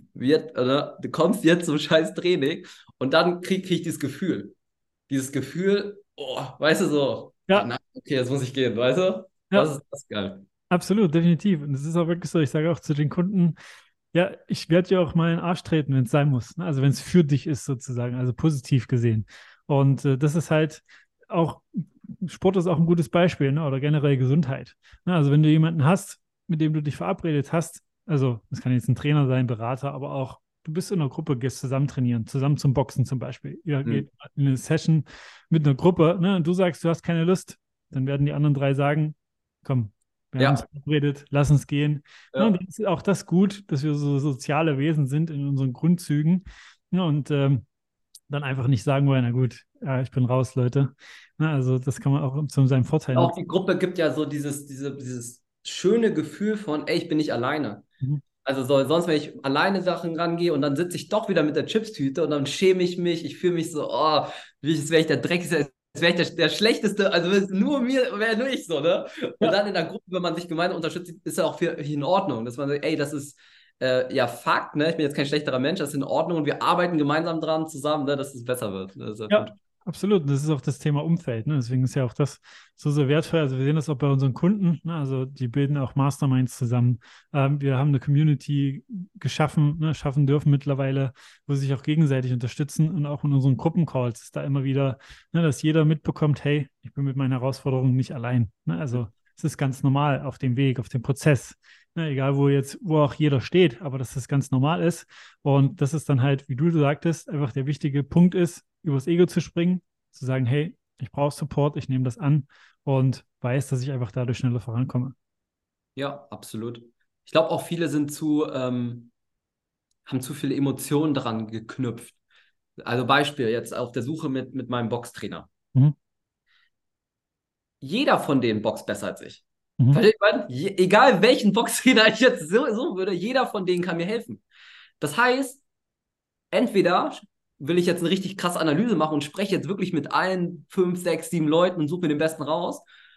du kommst jetzt zum scheiß Training und dann krieg ich dieses Gefühl. Dieses Gefühl, oh, weißt du so, ah, ja, nein, okay, jetzt muss ich gehen, weißt du? ja. Das ist geil. Absolut, definitiv. Und es ist auch wirklich so, ich sage auch zu den Kunden, ja, ich werde dir auch mal in den Arsch treten, wenn es sein muss. Ne? Also wenn es für dich ist sozusagen, also positiv gesehen. Und das ist halt auch, Sport ist auch ein gutes Beispiel, ne? Oder generell Gesundheit. Ne? Also wenn du jemanden hast, mit dem du dich verabredet hast, also das kann jetzt ein Trainer sein, Berater, aber auch du bist in einer Gruppe, gehst zusammen trainieren, zusammen zum Boxen zum Beispiel. Ihr Hm. geht in eine Session mit einer Gruppe, ne? Und du sagst, du hast keine Lust, dann werden die anderen 3 sagen, komm, wir haben uns Ja, verabredet, lass uns gehen. Ja, und ja. dann ist auch das gut, dass wir so soziale Wesen sind in unseren Grundzügen. Ja, und dann einfach nicht sagen wollen, na gut, ja, ich bin raus, Leute. Na, also das kann man auch zu seinem Vorteil Auch nutzen. die Gruppe gibt ja so dieses schöne Gefühl von, ey, ich bin nicht alleine. Mhm. Also sonst, wenn ich alleine Sachen rangehe und dann sitze ich doch wieder mit der Chipstüte und dann schäme ich mich, ich fühle mich so, oh, als wäre ich der Dreckigste, als wäre ich der Schlechteste, also wäre nur ich so, ne? Und Ja, dann in der Gruppe, wenn man sich gemeinsam unterstützt, ist ja auch für in Ordnung, dass man sagt, ey, das ist ja Fakt, ne? Ich bin jetzt kein schlechterer Mensch, das ist in Ordnung und wir arbeiten gemeinsam dran zusammen, ne, dass es besser wird. Das ist ja ja, absolut. Und das ist auch das Thema Umfeld. Ne? Deswegen ist ja auch das so, so wertvoll. Also wir sehen das auch bei unseren Kunden. Ne? Also die bilden auch Masterminds zusammen. Wir haben eine Community geschaffen, ne? Schaffen dürfen mittlerweile, wo sie sich auch gegenseitig unterstützen. Und auch in unseren Gruppencalls ist da immer wieder, ne, dass jeder mitbekommt, hey, ich bin mit meinen Herausforderungen nicht allein. Ne? Also es ist ganz normal auf dem Weg, auf dem Prozess. Ne? Egal wo auch jeder steht, aber dass das ganz normal ist. Und das ist dann halt, wie du sagtest, einfach der wichtige Punkt ist, übers Ego zu springen, zu sagen, hey, ich brauche Support, ich nehme das an und weiß, dass ich einfach dadurch schneller vorankomme. Ja, absolut. Ich glaube auch viele haben zu viele Emotionen dran geknüpft. Also Beispiel, jetzt auf der Suche mit meinem Boxtrainer. Mhm. Jeder von denen boxt besser als ich. Mhm. Versteht man? Egal welchen Boxtrainer ich jetzt so würde, jeder von denen kann mir helfen. Das heißt, entweder will ich jetzt eine richtig krasse Analyse machen und spreche jetzt wirklich mit allen 5, 6, 7 Leuten und suche mir den besten raus.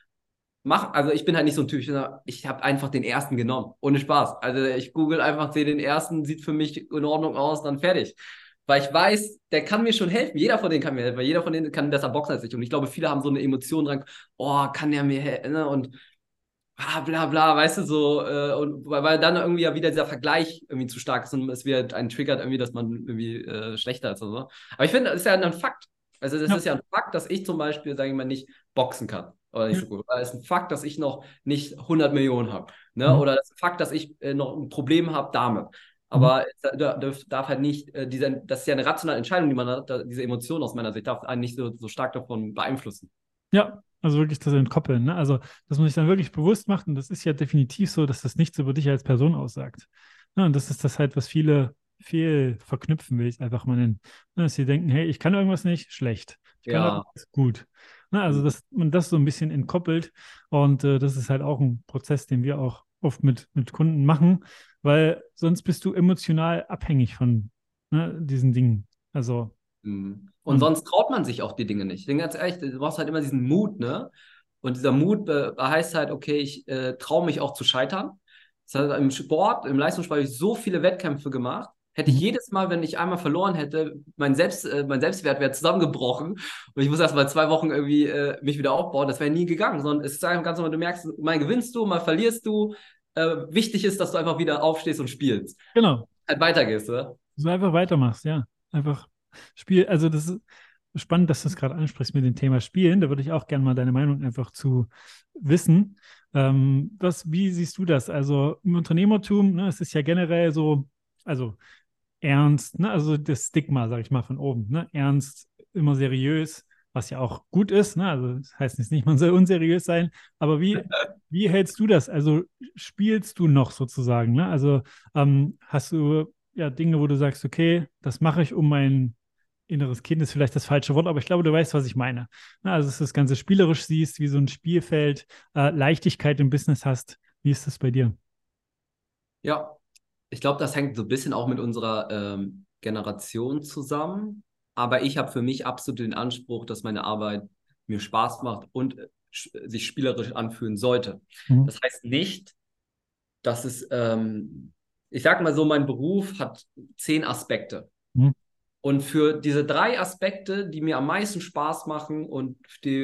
Also ich bin halt nicht so ein Typ, ich habe einfach den ersten genommen, ohne Spaß. Also ich google einfach, sehe den ersten, sieht für mich in Ordnung aus, dann fertig. Weil ich weiß, der kann mir schon helfen. Jeder von denen kann mir helfen, weil jeder von denen kann besser boxen als ich. Und ich glaube, viele haben so eine Emotion dran, oh, kann der mir helfen? Ne? Und bla bla bla, weißt du, so, und weil dann irgendwie ja wieder dieser Vergleich irgendwie zu stark ist und es wieder einen triggert irgendwie, dass man irgendwie schlechter ist oder so. Aber ich finde, das ist ja ein Fakt. Also das Ja. ist ja ein Fakt, dass ich zum Beispiel, sage ich mal, nicht boxen kann. Oder nicht Ja. so gut. Oder es ist ein Fakt, dass ich noch nicht 100 Millionen habe. Ne? Mhm. Oder es ist ein Fakt, dass ich noch ein Problem habe damit. Mhm. Aber es darf halt nicht, das ist ja eine rationale Entscheidung, die man hat, diese Emotion aus meiner Sicht darf einen nicht so stark davon beeinflussen. Ja, also wirklich das Entkoppeln. Ne? Also, dass man sich dann wirklich bewusst macht, und das ist ja definitiv so, dass das nichts über dich als Person aussagt. Ja, und das ist das halt, was viele fehl verknüpfen, will ich es einfach mal nennen. Ne, dass sie denken, hey, ich kann irgendwas nicht, schlecht. Ich kann Ja. irgendwas gut. Ne, also, dass man das so ein bisschen entkoppelt. Und das ist halt auch ein Prozess, den wir auch oft mit Kunden machen, weil sonst bist du emotional abhängig von, ne, diesen Dingen. Also, Mhm. Und und sonst traut man sich auch die Dinge nicht. Ich denke ganz ehrlich, du brauchst halt immer diesen Mut, ne? Und dieser Mut heißt halt, okay, ich traue mich auch zu scheitern. Das heißt, im Sport, im Leistungssport habe ich so viele Wettkämpfe gemacht. Hätte ich mhm, jedes Mal, wenn ich einmal verloren hätte, mein Selbstwert wäre zusammengebrochen und ich muss erst mal 2 Wochen irgendwie mich wieder aufbauen. Das wäre nie gegangen, sondern es ist einfach ganz normal, du merkst, mal gewinnst du, mal verlierst du. Wichtig ist, dass du einfach wieder aufstehst und spielst. genau. Halt weitergehst, ne? So einfach weitermachst, ja. Einfach Spiel, also das ist spannend, dass du es gerade ansprichst mit dem Thema Spielen. Da würde ich auch gerne mal deine Meinung einfach zu wissen. Wie siehst du das? Also im Unternehmertum, ne, es ist ja generell so, also ernst, ne, also das Stigma, sage ich mal, von oben, ne? Ernst, immer seriös, was ja auch gut ist, ne? Also das heißt jetzt nicht, man soll unseriös sein, aber wie hältst du das? Also spielst du noch sozusagen, ne? Also hast du ja Dinge, wo du sagst, okay, das mache ich, um mein inneres Kind ist vielleicht das falsche Wort, aber ich glaube, du weißt, was ich meine. Ne? Also, dass du das Ganze spielerisch siehst, wie so ein Spielfeld, Leichtigkeit im Business hast. Wie ist das bei dir? Ja, ich glaube, das hängt so ein bisschen auch mit unserer Generation zusammen. Aber ich habe für mich absolut den Anspruch, dass meine Arbeit mir Spaß macht und sich spielerisch anfühlen sollte. Mhm. Das heißt nicht, dass ich sage mal so, mein Beruf hat 10 Aspekte. Mhm. Und für diese 3 Aspekte, die mir am meisten Spaß machen und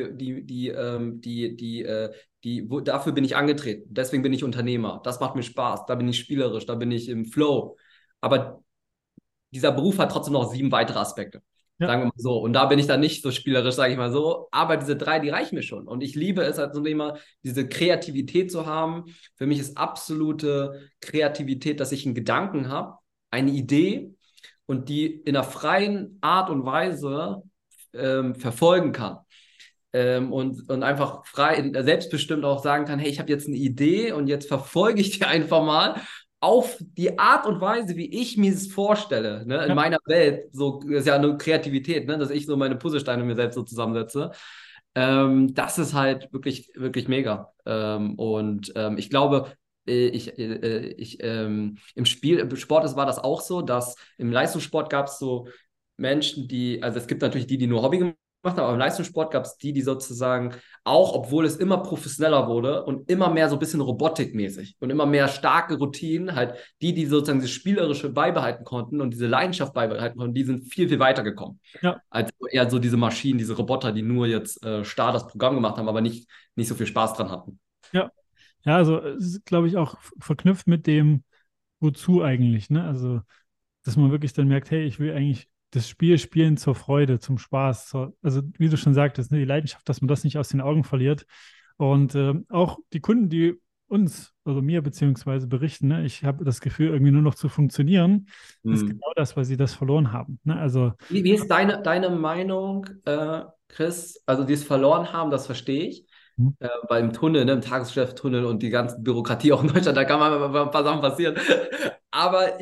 dafür bin ich angetreten. Deswegen bin ich Unternehmer. Das macht mir Spaß. Da bin ich spielerisch, da bin ich im Flow. Aber dieser Beruf hat trotzdem noch 7 weitere Aspekte. Ja, Sagen wir mal so. Und da bin ich dann nicht so spielerisch, sage ich mal so. Aber diese 3, die reichen mir schon. Und ich liebe es als Unternehmer, diese Kreativität zu haben. Für mich ist absolute Kreativität, dass ich einen Gedanken habe, eine Idee und die in einer freien Art und Weise verfolgen kann. Und einfach frei, selbstbestimmt auch sagen kann, hey, ich habe jetzt eine Idee und jetzt verfolge ich die einfach mal auf die Art und Weise, wie ich mir es vorstelle, ne, in ja, meiner Welt. So ist ja eine Kreativität, ne, dass ich so meine Puzzlesteine mir selbst so zusammensetze. Das ist halt wirklich, wirklich mega. Ich glaube, im im Sport war das auch so, dass im Leistungssport gab es so Menschen, also es gibt natürlich die, die nur Hobby gemacht haben, aber im Leistungssport gab es die sozusagen auch, obwohl es immer professioneller wurde und immer mehr so ein bisschen robotikmäßig und immer mehr starke Routinen, halt die sozusagen dieses Spielerische beibehalten konnten und diese Leidenschaft beibehalten konnten, die sind viel, viel weiter gekommen. Ja. Als eher so diese Maschinen, diese Roboter, die nur jetzt starr das Programm gemacht haben, aber nicht so viel Spaß dran hatten. Ja. Ja, also es ist, glaube ich, auch verknüpft mit dem, wozu eigentlich, ne? Also, dass man wirklich dann merkt, hey, ich will eigentlich das Spiel spielen zur Freude, zum Spaß, also wie du schon sagtest, ne, die Leidenschaft, dass man das nicht aus den Augen verliert. Und auch die Kunden, die uns, also mir beziehungsweise berichten, ne, ich habe das Gefühl, irgendwie nur noch zu funktionionieren, ist Hm. genau das, weil sie das verloren haben. Ne? Also, Wie ist deine Meinung, Chris? Also, die es verloren haben, das verstehe ich. hm, Weil im Tunnel, ne, im Tagesgeschäft-Tunnel und die ganze Bürokratie auch in Deutschland, da kann mal ein paar Sachen passieren. Aber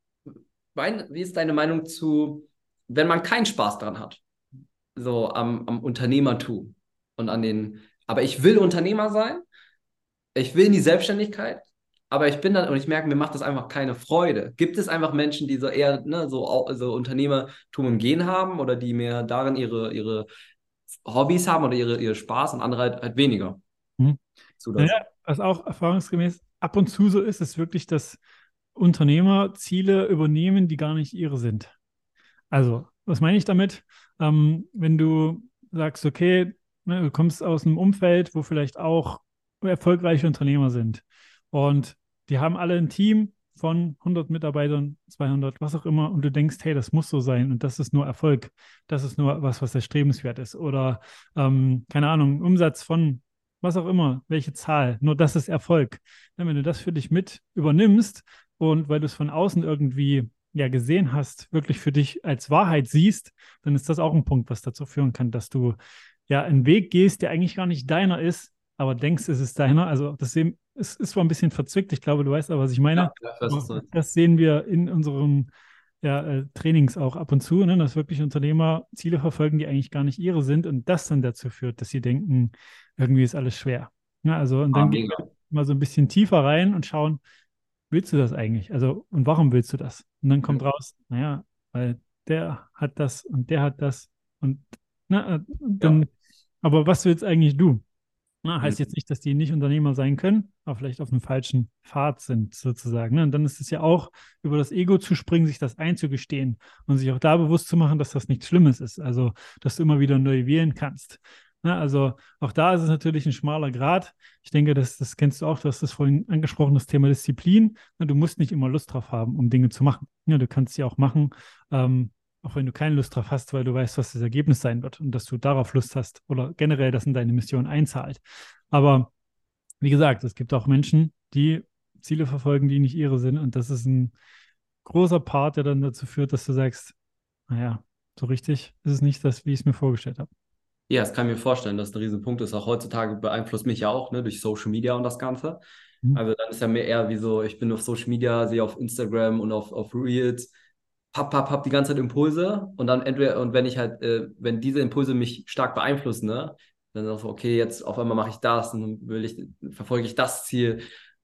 wie ist deine Meinung zu, wenn man keinen Spaß dran hat? So am Unternehmertum und aber ich will Unternehmer sein, ich will in die Selbstständigkeit, aber ich bin dann und ich merke, mir macht das einfach keine Freude. Gibt es einfach Menschen, die so eher, ne, so Unternehmertum im Gen haben oder die mehr darin ihre Hobbys haben oder ihre Spaß und andere halt weniger? hm. So Naja, das. was auch erfahrungsgemäß ab und zu so ist, ist wirklich, dass Unternehmer Ziele übernehmen, die gar nicht ihre sind. Also, was meine ich damit? Wenn du sagst, okay, ne, du kommst aus einem Umfeld, wo vielleicht auch erfolgreiche Unternehmer sind und die haben alle ein Team von 100 Mitarbeitern, 200, was auch immer, und du denkst, hey, das muss so sein und das ist nur Erfolg, das ist nur was erstrebenswert ist oder keine Ahnung, Umsatz von was auch immer, welche Zahl, nur das ist Erfolg. Ja, wenn du das für dich mit übernimmst und weil du es von außen irgendwie ja gesehen hast, wirklich für dich als Wahrheit siehst, dann ist das auch ein Punkt, was dazu führen kann, dass du ja einen Weg gehst, der eigentlich gar nicht deiner ist, aber denkst, es ist deiner. Also das ist zwar ein bisschen verzwickt, ich glaube, du weißt aber, was ich meine. Ja, ich weiß, was du meinst. Das sehen wir in unseren ja, Trainings auch ab und zu, ne, dass wirklich Unternehmer Ziele verfolgen, die eigentlich gar nicht ihre sind und das dann dazu führt, dass sie denken, irgendwie ist alles schwer. Ja, also und Ah, dann gehen mega. wir mal so ein bisschen tiefer rein und schauen, willst du das eigentlich? Also, und warum willst du das? Und dann kommt raus, naja, weil der hat das und der hat das und na, Ja. dann, aber was willst eigentlich du? Na, heißt Mhm. jetzt nicht, dass die nicht Unternehmer sein können, aber vielleicht auf einem falschen Pfad sind, sozusagen. Ne? Und dann ist es ja auch, über das Ego zu springen, sich das einzugestehen und sich auch da bewusst zu machen, dass das nichts Schlimmes ist. Also, dass du immer wieder neu wählen kannst. Ne? Also, auch da ist es natürlich ein schmaler Grat. Ich denke, das kennst du auch, du hast das vorhin angesprochen, das Thema Disziplin. Ne? Du musst nicht immer Lust drauf haben, um Dinge zu machen. Ja, du kannst sie auch machen, ähm, auch wenn du keine Lust drauf hast, weil du weißt, was das Ergebnis sein wird und dass du darauf Lust hast oder generell das in deine Mission einzahlt. Aber wie gesagt, es gibt auch Menschen, die Ziele verfolgen, die nicht ihre sind. Und das ist ein großer Part, der dann dazu führt, dass du sagst, naja, so richtig ist es nicht das, wie ich es mir vorgestellt habe. Ja, das kann ich mir vorstellen, dass ein Riesenpunkt ist. Auch heutzutage beeinflusst mich ja auch, ne, durch Social Media und das Ganze. Mhm. Also dann ist ja mehr eher wie so, ich bin auf Social Media, sehe auf Instagram und auf Reels, hab die ganze Zeit Impulse und dann entweder, und wenn ich halt, wenn diese Impulse mich stark beeinflussen, ne, dann auch so, okay, jetzt auf einmal mache ich das und dann verfolge ich das Ziel,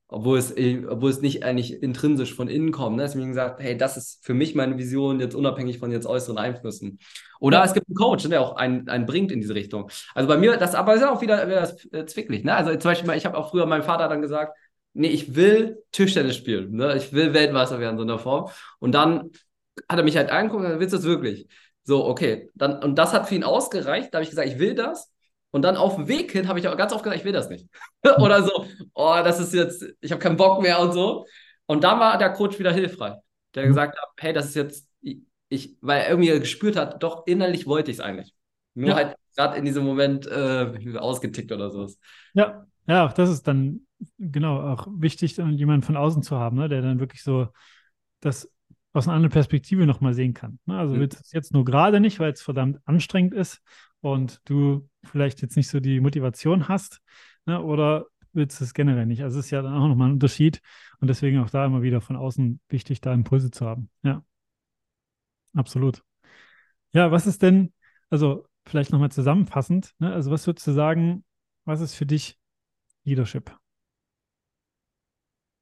obwohl es nicht eigentlich intrinsisch von innen kommt. Ne? Deswegen gesagt, hey, das ist für mich meine Vision, jetzt unabhängig von jetzt äußeren Einflüssen. Oder Ja, es gibt einen Coach, ne, der auch einen bringt in diese Richtung. Also bei mir, das aber ist ja auch wieder das, zwicklich. Ne? Also zum Beispiel, ich habe auch früher meinem Vater dann gesagt, nee, ich will Tischtennis spielen. Ne? Ich will Weltmeister werden, so in der Form. Und dann hat er mich halt angeguckt und gesagt, willst du das wirklich? So, okay. Und das hat für ihn ausgereicht. Da habe ich gesagt, ich will das. Und dann auf dem Weg hin habe ich auch ganz oft gesagt, ich will das nicht. Oder so, oh, das ist jetzt, ich habe keinen Bock mehr und so. Und da war der Coach wieder hilfreich, der mhm. gesagt hat, hey, das ist jetzt, weil er irgendwie gespürt hat, doch innerlich wollte ich es eigentlich. Nur Ja, halt gerade in diesem Moment ausgetickt oder so. ja, ja, auch das ist dann genau auch wichtig, dann jemanden von außen zu haben, ne, der dann wirklich so das aus einer anderen Perspektive nochmal sehen kann. Ne? Also willst du es jetzt nur gerade nicht, weil es verdammt anstrengend ist und du vielleicht jetzt nicht so die Motivation hast, ne? Oder willst du es generell nicht? Also es ist ja dann auch nochmal ein Unterschied und deswegen auch da immer wieder von außen wichtig, da Impulse zu haben. Ja, absolut. Ja, was ist denn, also vielleicht nochmal zusammenfassend, ne? Also was würdest du sagen, was ist für dich Leadership?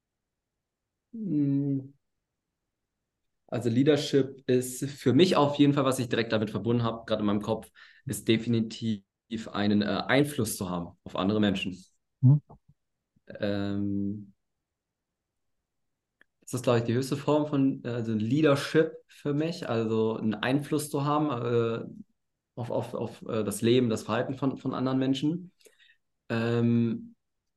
Also Leadership ist für mich auf jeden Fall, was ich direkt damit verbunden habe, gerade in meinem Kopf, ist definitiv einen Einfluss zu haben auf andere Menschen. Mhm. Ähm, Das ist, glaube ich, die höchste Form von also Leadership für mich, also einen Einfluss zu haben auf das Leben, das Verhalten von anderen Menschen. Ähm,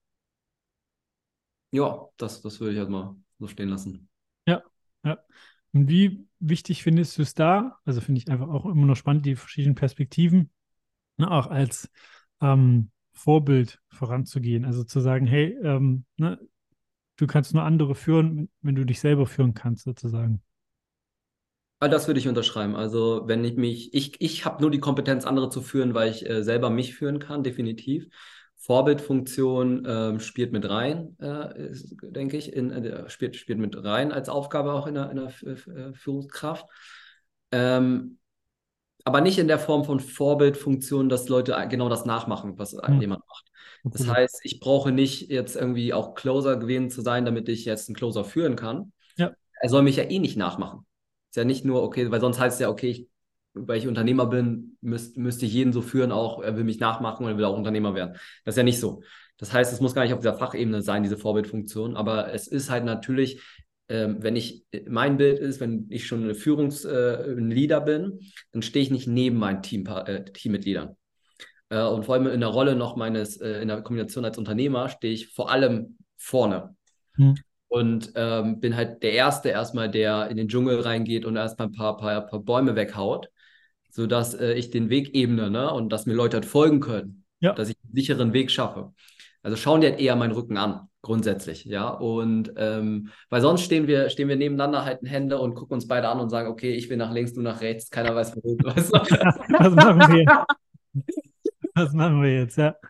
ja, das würde ich halt mal so stehen lassen. Ja, ja. Und wie wichtig findest du es da? Also finde ich einfach auch immer noch spannend, die verschiedenen Perspektiven, ne, auch als Vorbild voranzugehen. Also zu sagen, hey, ne, du kannst nur andere führen, wenn du dich selber führen kannst, sozusagen. Aber das würde ich unterschreiben. Also wenn ich habe nur die Kompetenz, andere zu führen, weil ich selber mich führen kann, definitiv. Vorbildfunktion spielt mit rein, denke ich, spielt mit rein als Aufgabe auch in der Führungskraft. Ähm, aber nicht in der Form von Vorbildfunktion, dass Leute genau das nachmachen, was Hm, jemand macht. Das absolut. heißt, ich brauche nicht jetzt irgendwie auch Closer gewesen zu sein, damit ich jetzt einen Closer führen kann. Ja, Er soll mich ja eh nicht nachmachen. Ist ja nicht nur, okay, weil sonst heißt es ja, okay, weil ich Unternehmer bin, müsste ich jeden so führen, auch er will mich nachmachen und er will auch Unternehmer werden. Das ist ja nicht so. Das heißt, es muss gar nicht auf dieser Fachebene sein, diese Vorbildfunktion, aber es ist halt natürlich, wenn mein Bild ist, wenn ich schon ein Leader bin, dann stehe ich nicht neben meinen Teammitgliedern. Und vor allem in der Rolle noch in der Kombination als Unternehmer stehe ich vor allem vorne. hm, Und bin halt der Erste erstmal, der in den Dschungel reingeht und erstmal ein paar Bäume weghaut, sodass ich den Weg ebne, ne? Und dass mir Leute halt folgen können, ja, dass ich einen sicheren Weg schaffe. Also schauen die halt eher meinen Rücken an, grundsätzlich, ja. Und weil sonst stehen wir nebeneinander, halten Hände und gucken uns beide an und sagen, okay, ich will nach links, du nach rechts, keiner weiß wohin. Weißt du? was machen wir jetzt? Was machen wir jetzt? Ja.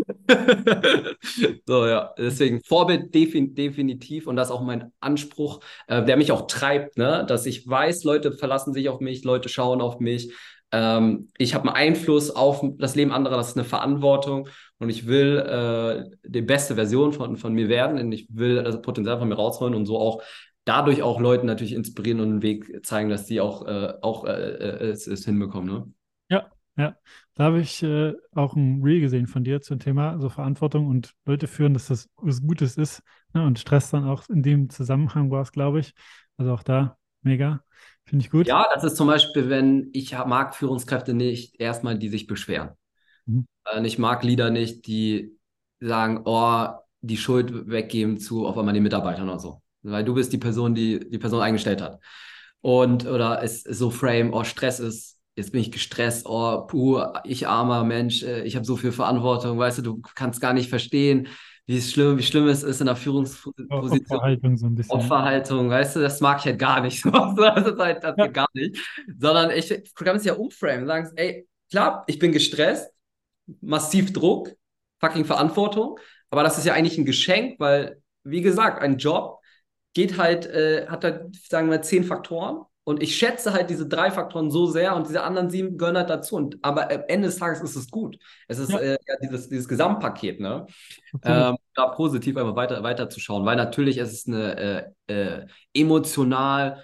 So, ja, deswegen Vorbild definitiv und das ist auch mein Anspruch, der mich auch treibt, ne? Dass ich weiß, Leute verlassen sich auf mich, Leute schauen auf mich. Ich habe einen Einfluss auf das Leben anderer, das ist eine Verantwortung und ich will die beste Version von mir werden und ich will das Potenzial von mir rausholen und so auch dadurch auch Leuten natürlich inspirieren und einen Weg zeigen, dass die auch es hinbekommen, ne? Ja, ja. Da habe ich auch ein Reel gesehen von dir zum Thema so Verantwortung und Leute führen, dass das was Gutes ist. Ne? Und Stress dann auch in dem Zusammenhang war es, glaube ich. Also auch da mega. Finde ich gut. Ja, das ist zum Beispiel, wenn mag Führungskräfte nicht erstmal, die sich beschweren. Mhm. Ich mag Leader nicht, die sagen, oh, die Schuld weggeben zu auf einmal den Mitarbeitern oder so. Weil du bist die Person, die die Person eingestellt hat. Oder es ist so frame, oh, Stress ist, jetzt bin ich gestresst, oh, puh, ich armer Mensch, ich habe so viel Verantwortung, weißt du kannst gar nicht verstehen, wie schlimm es ist in der Führungsposition. Opferhaltung so ein bisschen. Opferhaltung, weißt du, das mag ich halt gar nicht. Das Ja, geht gar nicht. Sondern ich kann es ja umframen, sagen, ey, klar, ich bin gestresst, massiv Druck, fucking Verantwortung, aber das ist ja eigentlich ein Geschenk, weil, wie gesagt, ein Job hat halt, sagen wir, 10 Faktoren. Und ich schätze halt diese 3 Faktoren so sehr und diese anderen 7 gehören halt dazu. Aber am Ende des Tages ist es gut. Es ist ja, ja dieses Gesamtpaket, ne? absolut. Da positiv einfach weiter zu schauen, weil natürlich ist es eine emotionale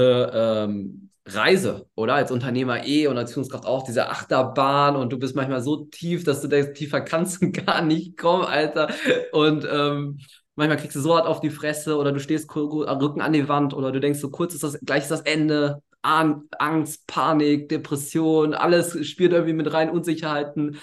Reise, oder? Als Unternehmer und als Führungskraft auch diese Achterbahn und du bist manchmal so tief, dass du denkst, tiefer kannst du gar nicht kommen, Alter. Und manchmal kriegst du so hart auf die Fresse oder du stehst Rücken an die Wand oder du denkst so kurz gleich ist das Ende. Angst, Panik, Depression, alles spielt irgendwie mit rein, Unsicherheiten.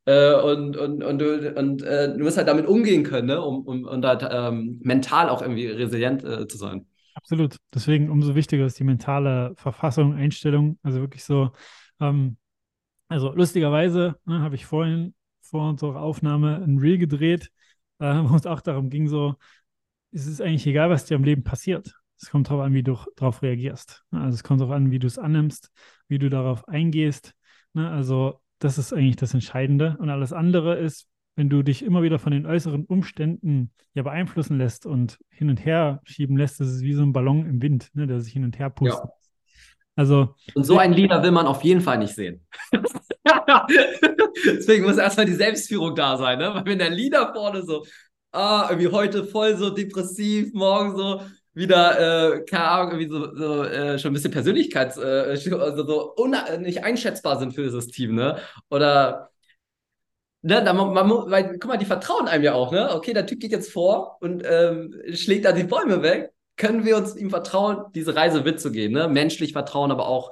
Du musst halt damit umgehen können, ne? Und halt mental auch irgendwie resilient zu sein. Absolut. Deswegen umso wichtiger ist die mentale Verfassung, Einstellung. Also wirklich so, ähm, also lustigerweise, ne, habe ich vorhin vor unserer Aufnahme ein Reel gedreht, wo es auch darum ging, so, es ist eigentlich egal, was dir im Leben passiert. Es kommt darauf an, wie du darauf reagierst. Ne? Also es kommt darauf an, wie du es annimmst, wie du darauf eingehst. Ne? Also das ist eigentlich das Entscheidende. Und alles andere ist, wenn du dich immer wieder von den äußeren Umständen ja beeinflussen lässt und hin und her schieben lässt, das ist wie so ein Ballon im Wind, ne, der sich hin und her pustet. Ja. Also Und so einen Leader will man auf jeden Fall nicht sehen. Deswegen muss erstmal die Selbstführung da sein, ne? Weil wenn der Leader vorne so, irgendwie heute voll so depressiv, morgen so, wieder, keine Ahnung, irgendwie schon ein bisschen also nicht einschätzbar sind für dieses Team, ne? Oder, ne, weil, guck mal, die vertrauen einem ja auch, ne? Okay, der Typ geht jetzt vor und schlägt da die Bäume weg. Können wir uns ihm vertrauen, diese Reise mitzugehen, ne? Menschlich vertrauen, aber auch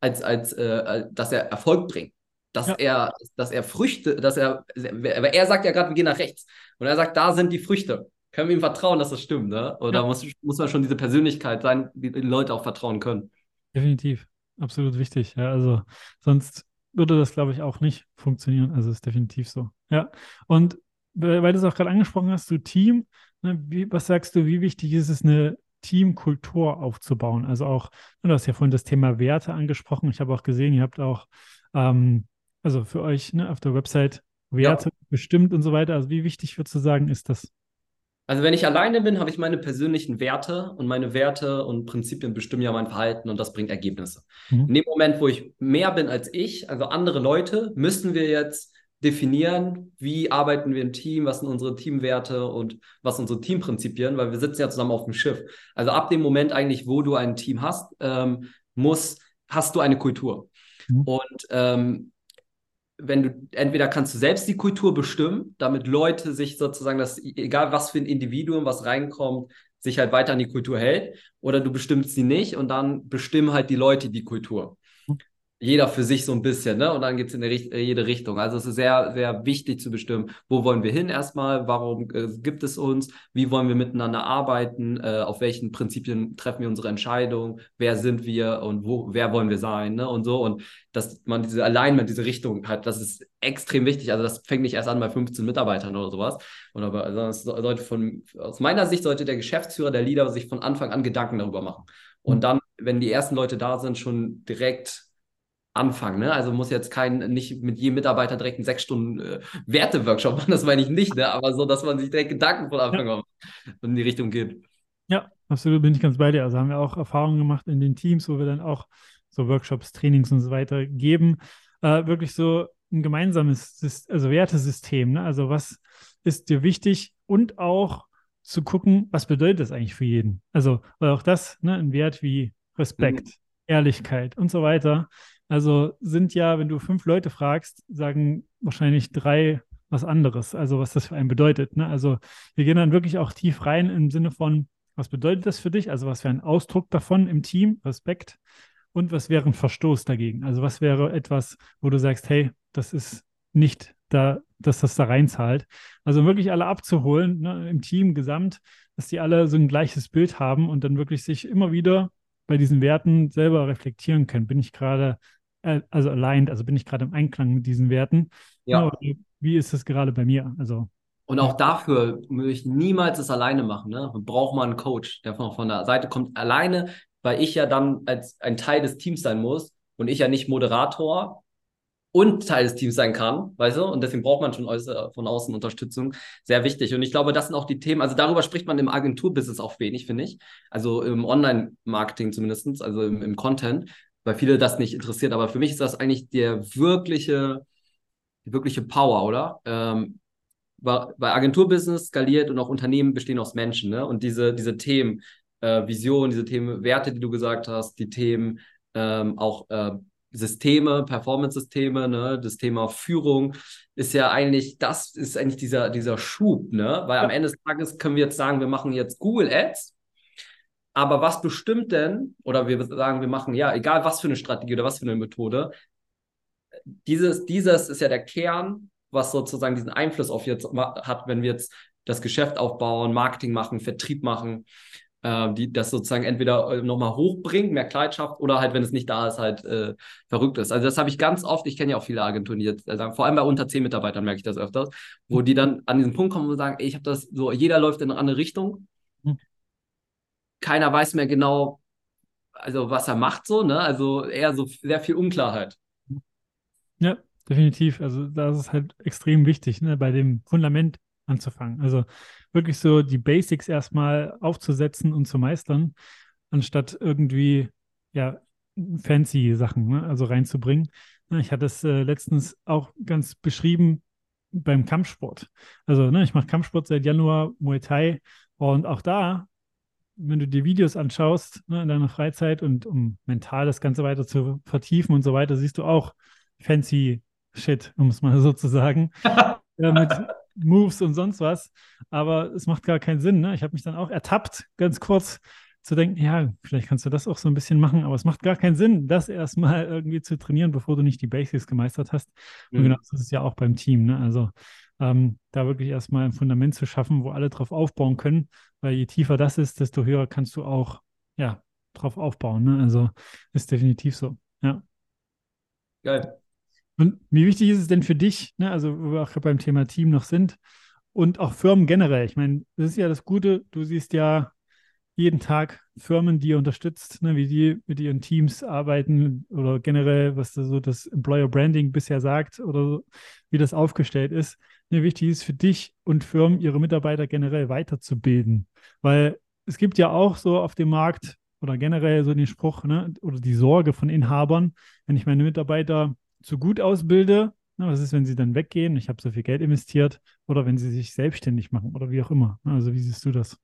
dass er Erfolg bringt. Ja, Dass er Früchte, aber er sagt ja gerade, wir gehen nach rechts. Und er sagt, da sind die Früchte. Können wir ihm vertrauen, dass das stimmt, ne? Oder ja, muss man schon diese Persönlichkeit sein, die Leute auch vertrauen können? definitiv. Absolut wichtig. Ja, also sonst würde das, glaube ich, auch nicht funktionieren. Also ist definitiv so. Ja. Und weil du es auch gerade angesprochen hast, du Team, ne, was sagst du, wie wichtig ist es, eine Teamkultur aufzubauen? Also auch, du hast ja vorhin das Thema Werte angesprochen. Ich habe auch gesehen, ihr habt auch, ähm, also für euch, ne, auf der Website Ja. Werte bestimmt und so weiter. Also wie wichtig würdest du sagen, ist das? Also wenn ich alleine bin, habe ich meine persönlichen Werte und meine Werte und Prinzipien bestimmen ja mein Verhalten und das bringt Ergebnisse. Mhm. In dem Moment, wo ich mehr bin als ich, also andere Leute, müssen wir jetzt definieren, wie arbeiten wir im Team, was sind unsere Teamwerte und was sind unsere Teamprinzipien, weil wir sitzen ja zusammen auf dem Schiff. Also ab dem Moment eigentlich, wo du ein Team hast, hast du eine Kultur. Mhm. Und wenn du, entweder kannst du selbst die Kultur bestimmen, damit Leute sich sozusagen, egal was für ein Individuum, was reinkommt, sich halt weiter an die Kultur hält, oder du bestimmst sie nicht und dann bestimmen halt die Leute die Kultur. Jeder für sich so ein bisschen, ne? Und dann geht es in jede Richtung. Also es ist sehr, sehr wichtig zu bestimmen, wo wollen wir hin erstmal, warum gibt es uns, wie wollen wir miteinander arbeiten, auf welchen Prinzipien treffen wir unsere Entscheidung, wer sind wir und wer wollen wir sein, ne? Und so. Und dass man diese Alignment, diese Richtung hat, das ist extrem wichtig. Also das fängt nicht erst an bei 15 Mitarbeitern oder sowas. Also aus meiner Sicht sollte der Geschäftsführer, der Leader sich von Anfang an Gedanken darüber machen. Und dann, wenn die ersten Leute da sind, schon direkt anfangen. Ne? Also muss jetzt nicht mit jedem Mitarbeiter direkt einen 6 Stunden Werte-Workshop machen, das meine ich nicht, ne? Aber so, dass man sich direkt Gedanken von Ja. Anfang an in die Richtung geht. Ja, absolut bin ich ganz bei dir. Also haben wir auch Erfahrungen gemacht in den Teams, wo wir dann auch so Workshops, Trainings und so weiter geben. Wirklich so ein gemeinsames also Wertesystem. Ne? Also was ist dir wichtig und auch zu gucken, was bedeutet das eigentlich für jeden? Also, weil auch das, ne, ein Wert wie Mhm. Respekt, Ehrlichkeit und so weiter. Also sind ja, wenn du 5 Leute fragst, sagen wahrscheinlich 3 was anderes, also was das für einen bedeutet. Ne? Also wir gehen dann wirklich auch tief rein im Sinne von, was bedeutet das für dich? Also was wäre ein Ausdruck davon im Team? Respekt. Und was wäre ein Verstoß dagegen? Also was wäre etwas, wo du sagst, hey, das ist nicht da, dass das da reinzahlt. Also wirklich alle abzuholen, ne, im Team gesamt, dass die alle so ein gleiches Bild haben und dann wirklich sich immer wieder bei diesen Werten selber reflektieren können. Bin ich gerade, also aligned, also bin ich gerade im Einklang mit diesen Werten? Ne, Ja. oder wie ist das gerade bei mir? Also, Und ja. auch dafür würde ich niemals es alleine machen. Ne? Braucht man einen Coach, der von der Seite kommt. Alleine, weil ich ja dann als ein Teil des Teams sein muss und ich ja nicht Moderator und Teil des Teams sein kann, weißt du? Und deswegen braucht man schon von außen Unterstützung. Sehr wichtig. Und ich glaube, das sind auch die Themen, also darüber spricht man im Agenturbusiness auch wenig, finde ich. Also im Online-Marketing zumindest, also im Content, weil viele das nicht interessiert. Aber für mich ist das eigentlich die wirkliche Power, oder? Weil Agenturbusiness skaliert und auch Unternehmen bestehen aus Menschen, ne? Und diese Themen, Vision, diese Themen, Werte, die du gesagt hast, die Themen, auch Systeme, Performance-Systeme, ne? Das Thema Führung das ist eigentlich dieser Schub, ne? Weil am Ja. Ende des Tages können wir jetzt sagen, wir machen jetzt Google Ads, aber was bestimmt denn, oder wir sagen, wir machen, ja, egal was für eine Strategie oder was für eine Methode, dieses ist ja der Kern, was sozusagen diesen Einfluss auf jetzt hat, wenn wir jetzt das Geschäft aufbauen, Marketing machen, Vertrieb machen, die das sozusagen entweder nochmal hochbringt, mehr Kleid schafft, oder halt, wenn es nicht da ist, halt verrückt ist. Also das habe ich ganz oft, ich kenne ja auch viele Agenturen, die jetzt sagen, vor allem bei unter 10 Mitarbeitern merke ich das öfters, wo die dann an diesen Punkt kommen und sagen, ey, ich habe das so, jeder läuft in eine andere Richtung, keiner weiß mehr genau, also was er macht so, ne? Also eher so sehr viel Unklarheit. Ja, definitiv. Also da ist es halt extrem wichtig, ne, bei dem Fundament anzufangen. Also wirklich so die Basics erstmal aufzusetzen und zu meistern, anstatt irgendwie ja fancy Sachen, ne, also reinzubringen. Ja, ich hatte es letztens auch ganz beschrieben beim Kampfsport. Also ne, ich mache Kampfsport seit Januar, Muay Thai und auch da wenn du dir Videos anschaust, ne, in deiner Freizeit und um mental das Ganze weiter zu vertiefen und so weiter, siehst du auch fancy Shit, um es mal so zu sagen, mit Moves und sonst was. Aber es macht gar keinen Sinn. Ne? Ich habe mich dann auch ertappt, ganz kurz zu denken, ja, vielleicht kannst du das auch so ein bisschen machen, aber es macht gar keinen Sinn, das erstmal irgendwie zu trainieren, bevor du nicht die Basics gemeistert hast. Und genau das ist es ja auch beim Team. Ne? Also da wirklich erstmal ein Fundament zu schaffen, wo alle drauf aufbauen können, weil je tiefer das ist, desto höher kannst du auch, ja, drauf aufbauen. Ne? Also ist definitiv so. Ja. Geil. Und wie wichtig ist es denn für dich, ne, also wo wir auch beim Thema Team noch sind und auch Firmen generell? Ich meine, das ist ja das Gute, du siehst ja jeden Tag Firmen, die ihr unterstützt, ne, wie die mit ihren Teams arbeiten oder generell, was da so das Employer Branding bisher sagt oder so, wie das aufgestellt ist. Ne, wichtig ist für dich und Firmen, ihre Mitarbeiter generell weiterzubilden. Weil es gibt ja auch so auf dem Markt oder generell so den Spruch, ne, oder die Sorge von Inhabern, wenn ich meine Mitarbeiter zu gut ausbilde, ne, was ist, wenn sie dann weggehen? Ich habe so viel Geld investiert oder wenn sie sich selbstständig machen oder wie auch immer. Ne, also wie siehst du das?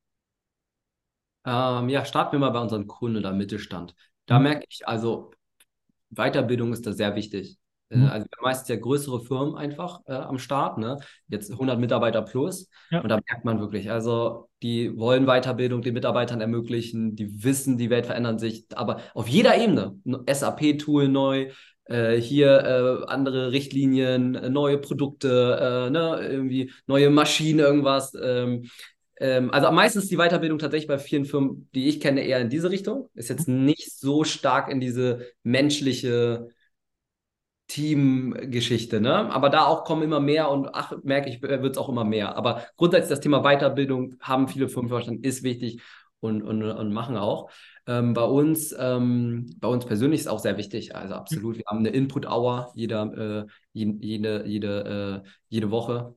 Ja, starten wir mal bei unserem Kunden oder Mittelstand. Da Hm? merke ich, also Weiterbildung ist da sehr wichtig. Hm? Also wir haben meistens ja größere Firmen einfach am Start, ne? Jetzt 100 Mitarbeiter plus. Ja. Und da merkt man wirklich, also die wollen Weiterbildung den Mitarbeitern ermöglichen, die wissen, die Welt verändert sich, aber auf jeder Ebene. SAP-Tool neu, hier andere Richtlinien, neue Produkte, ne? Irgendwie neue Maschinen, irgendwas. Also am meisten ist die Weiterbildung tatsächlich bei vielen Firmen, die ich kenne, eher in diese Richtung. Ist jetzt nicht so stark in diese menschliche Teamgeschichte, ne? Aber da auch kommen immer mehr und ach, merke ich, wird es auch immer mehr. Aber grundsätzlich das Thema Weiterbildung haben viele Firmen verstanden, ist wichtig und machen auch. Bei uns persönlich ist auch sehr wichtig, also absolut. Wir haben eine Input-Hour jede Woche.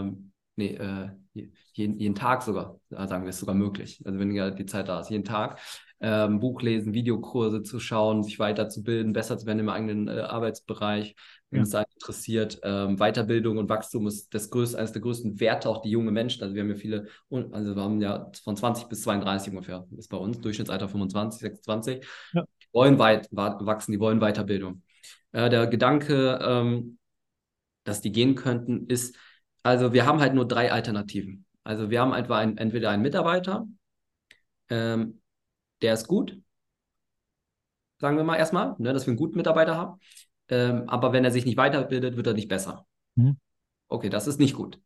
Jeden Tag sogar, sagen wir es sogar möglich. Also wenn ja die Zeit da ist, jeden Tag. Buch lesen, Videokurse zu schauen, sich weiterzubilden, besser zu werden im eigenen Arbeitsbereich, wenn Ja. es da interessiert. Weiterbildung und Wachstum ist eines der größten Werte, auch die junge Menschen. Also wir haben ja viele, also wir haben ja von 20 bis 32 ungefähr, ist bei uns, Durchschnittsalter 25, 26. Ja. Die wollen wachsen, die wollen Weiterbildung. Der Gedanke, dass die gehen könnten, ist, also wir haben halt nur drei Alternativen. Also wir haben entweder einen Mitarbeiter, ähm, der ist gut, sagen wir mal erstmal, ne, dass wir einen guten Mitarbeiter haben. Aber wenn er sich nicht weiterbildet, wird er nicht besser. Mhm. Okay, das ist nicht gut.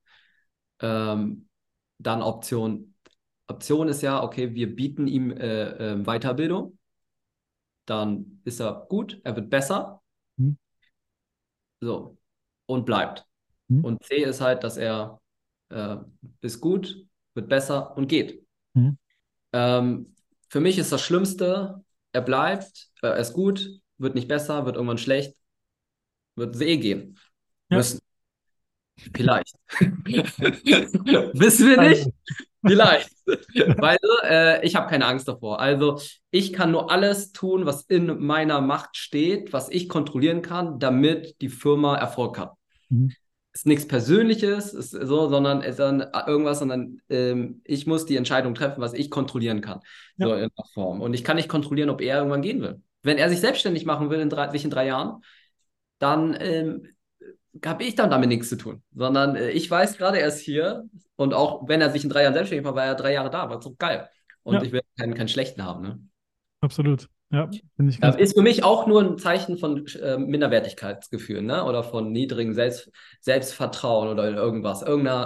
Dann Option ist ja, okay, wir bieten ihm Weiterbildung, dann ist er gut, er wird besser, Mhm. so, und bleibt. Mhm. Und C ist halt, dass er äh, ist gut, wird besser und geht. Mhm. Für mich ist das Schlimmste, er bleibt, er ist gut, wird nicht besser, wird irgendwann schlecht, wird es eh gehen Ja. müssen. Vielleicht. Wissen wir nicht? Also, Vielleicht. Weil ich habe keine Angst davor. Also ich kann nur alles tun, was in meiner Macht steht, was ich kontrollieren kann, damit die Firma Erfolg hat. mhm. Ist nichts Persönliches, ist so, sondern ist dann irgendwas, sondern ich muss die Entscheidung treffen, was ich kontrollieren kann. Ja. So in der Form. Und ich kann nicht kontrollieren, ob er irgendwann gehen will. Wenn er sich selbstständig machen will, sich in 3 Jahren, dann habe ich dann damit nichts zu tun. Sondern ich weiß gerade, er ist hier und auch wenn er sich in 3 Jahren selbstständig macht, war er 3 Jahre da, war so geil. Und Ja, ich will keinen schlechten haben. Ne? absolut. Ja, finde ich ganz. Ist für mich auch nur ein Zeichen von Minderwertigkeitsgefühl, ne? Oder von niedrigem Selbstvertrauen oder irgendwas.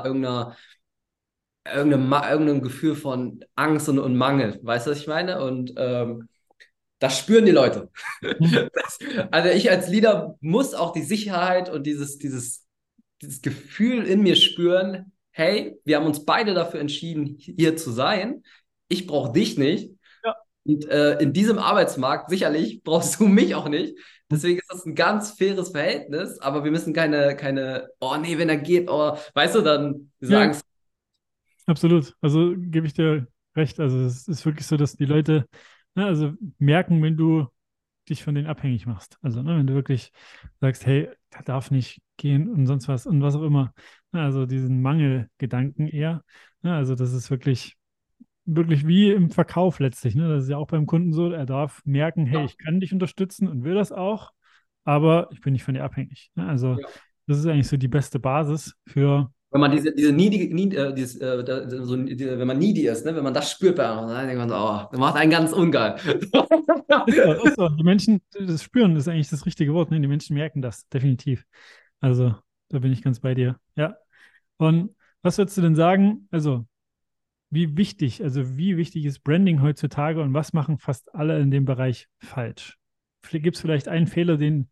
Irgendeinem Gefühl von Angst und Mangel. Weißt du, was ich meine? Und das spüren die Leute. Mhm. Also ich als Leader muss auch die Sicherheit und dieses Gefühl in mir spüren, hey, wir haben uns beide dafür entschieden, hier zu sein. Ich brauche dich nicht. Ja. Und in diesem Arbeitsmarkt sicherlich brauchst du mich auch nicht. Deswegen ist das ein ganz faires Verhältnis, aber wir müssen oh nee, wenn er geht, oh, weißt du, dann diese Ja, Angst. absolut. Also gebe ich dir recht. Also es ist wirklich so, dass die Leute, ne, also merken, wenn du dich von denen abhängig machst. Also ne, wenn du wirklich sagst, hey, der darf nicht gehen und sonst was und was auch immer. Ne, also diesen Mangelgedanken eher. Ne, also das ist wirklich wirklich wie im Verkauf letztlich, ne? Das ist ja auch beim Kunden so, er darf merken, hey, Ja, ich kann dich unterstützen und will das auch, aber ich bin nicht von dir abhängig. Ne? Also ja. das ist eigentlich so die beste Basis für, Wenn man diese wenn man needy ist, ne? Wenn man das spürt bei anderen, dann denkt man so, oh, das macht einen ganz ungeil. ist so, die Menschen, das Spüren ist eigentlich das richtige Wort, ne? Die Menschen merken das, definitiv. Also da bin ich ganz bei dir. Ja. Und was würdest du denn sagen, also wie wichtig ist Branding heutzutage und was machen fast alle in dem Bereich falsch? Gibt es vielleicht einen Fehler, den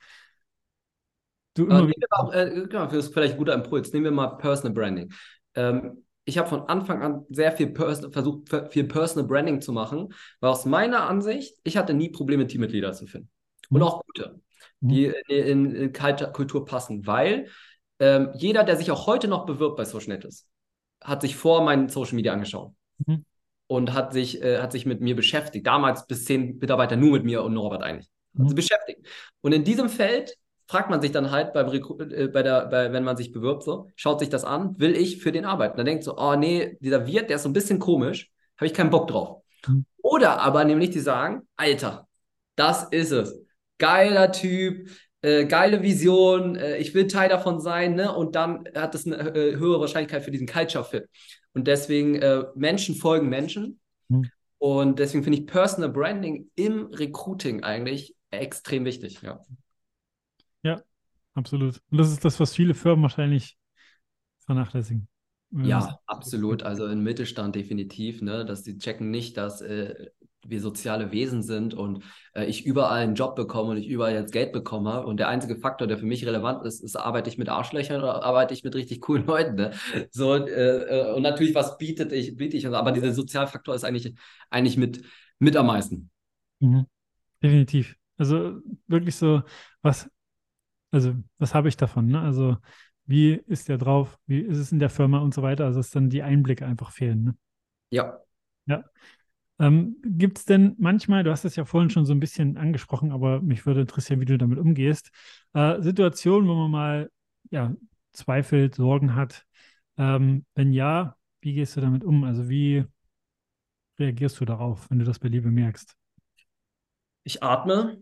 du immer Nehmen wieder. wir mal, genau, das ist vielleicht ein guter Impuls. Nehmen wir mal Personal Branding. Ich habe von Anfang an sehr viel versucht, viel Personal Branding zu machen, weil aus meiner Ansicht, ich hatte nie Probleme, Teammitglieder zu finden. Und Mhm. auch gute, Mhm. die in Kultur passen, weil jeder, der sich auch heute noch bewirbt bei Social Networks, hat sich vor meinen Social Media angeschaut Mhm. und hat sich mit mir beschäftigt. Damals bis 10 Mitarbeiter nur mit mir und Norbert eigentlich. Hat Mhm. sie beschäftigt. Und in diesem Feld fragt man sich dann halt wenn man sich bewirbt, so, schaut sich das an, will ich für den arbeiten? Dann denkt so, oh nee, dieser Wirt, der ist so ein bisschen komisch, habe ich keinen Bock drauf. Mhm. Oder aber nämlich die sagen, Alter, das ist es. Geiler Typ, geile Vision, ich will Teil davon sein, ne? Und dann hat es eine höhere Wahrscheinlichkeit für diesen Culture Fit. Und deswegen, Menschen folgen Menschen. Mhm. Und deswegen finde ich Personal Branding im Recruiting eigentlich extrem wichtig. Ja, Ja, absolut. Und das ist das, was viele Firmen wahrscheinlich vernachlässigen. ja, absolut. Also im Mittelstand definitiv, ne? Dass die checken nicht, dass wir soziale Wesen sind und ich überall einen Job bekomme und ich überall jetzt Geld bekomme. Und der einzige Faktor, der für mich relevant ist, arbeite ich mit Arschlöchern oder arbeite ich mit richtig coolen Leuten, ne? So, und natürlich, was biete ich, aber dieser Sozialfaktor ist eigentlich mit am meisten. Mhm. Definitiv. Also wirklich so, was, was habe ich davon, ne? Also wie ist der drauf? Wie ist es in der Firma und so weiter? Also dass dann die Einblicke einfach fehlen, ne? Ja. Ja. Gibt es denn manchmal, du hast es ja vorhin schon so ein bisschen angesprochen, aber mich würde interessieren, wie du damit umgehst, Situationen, wo man mal ja, zweifelt, Sorgen hat. Wenn ja, wie gehst du damit um? Also wie reagierst du darauf, wenn du das bei dir bemerkst? Ich atme.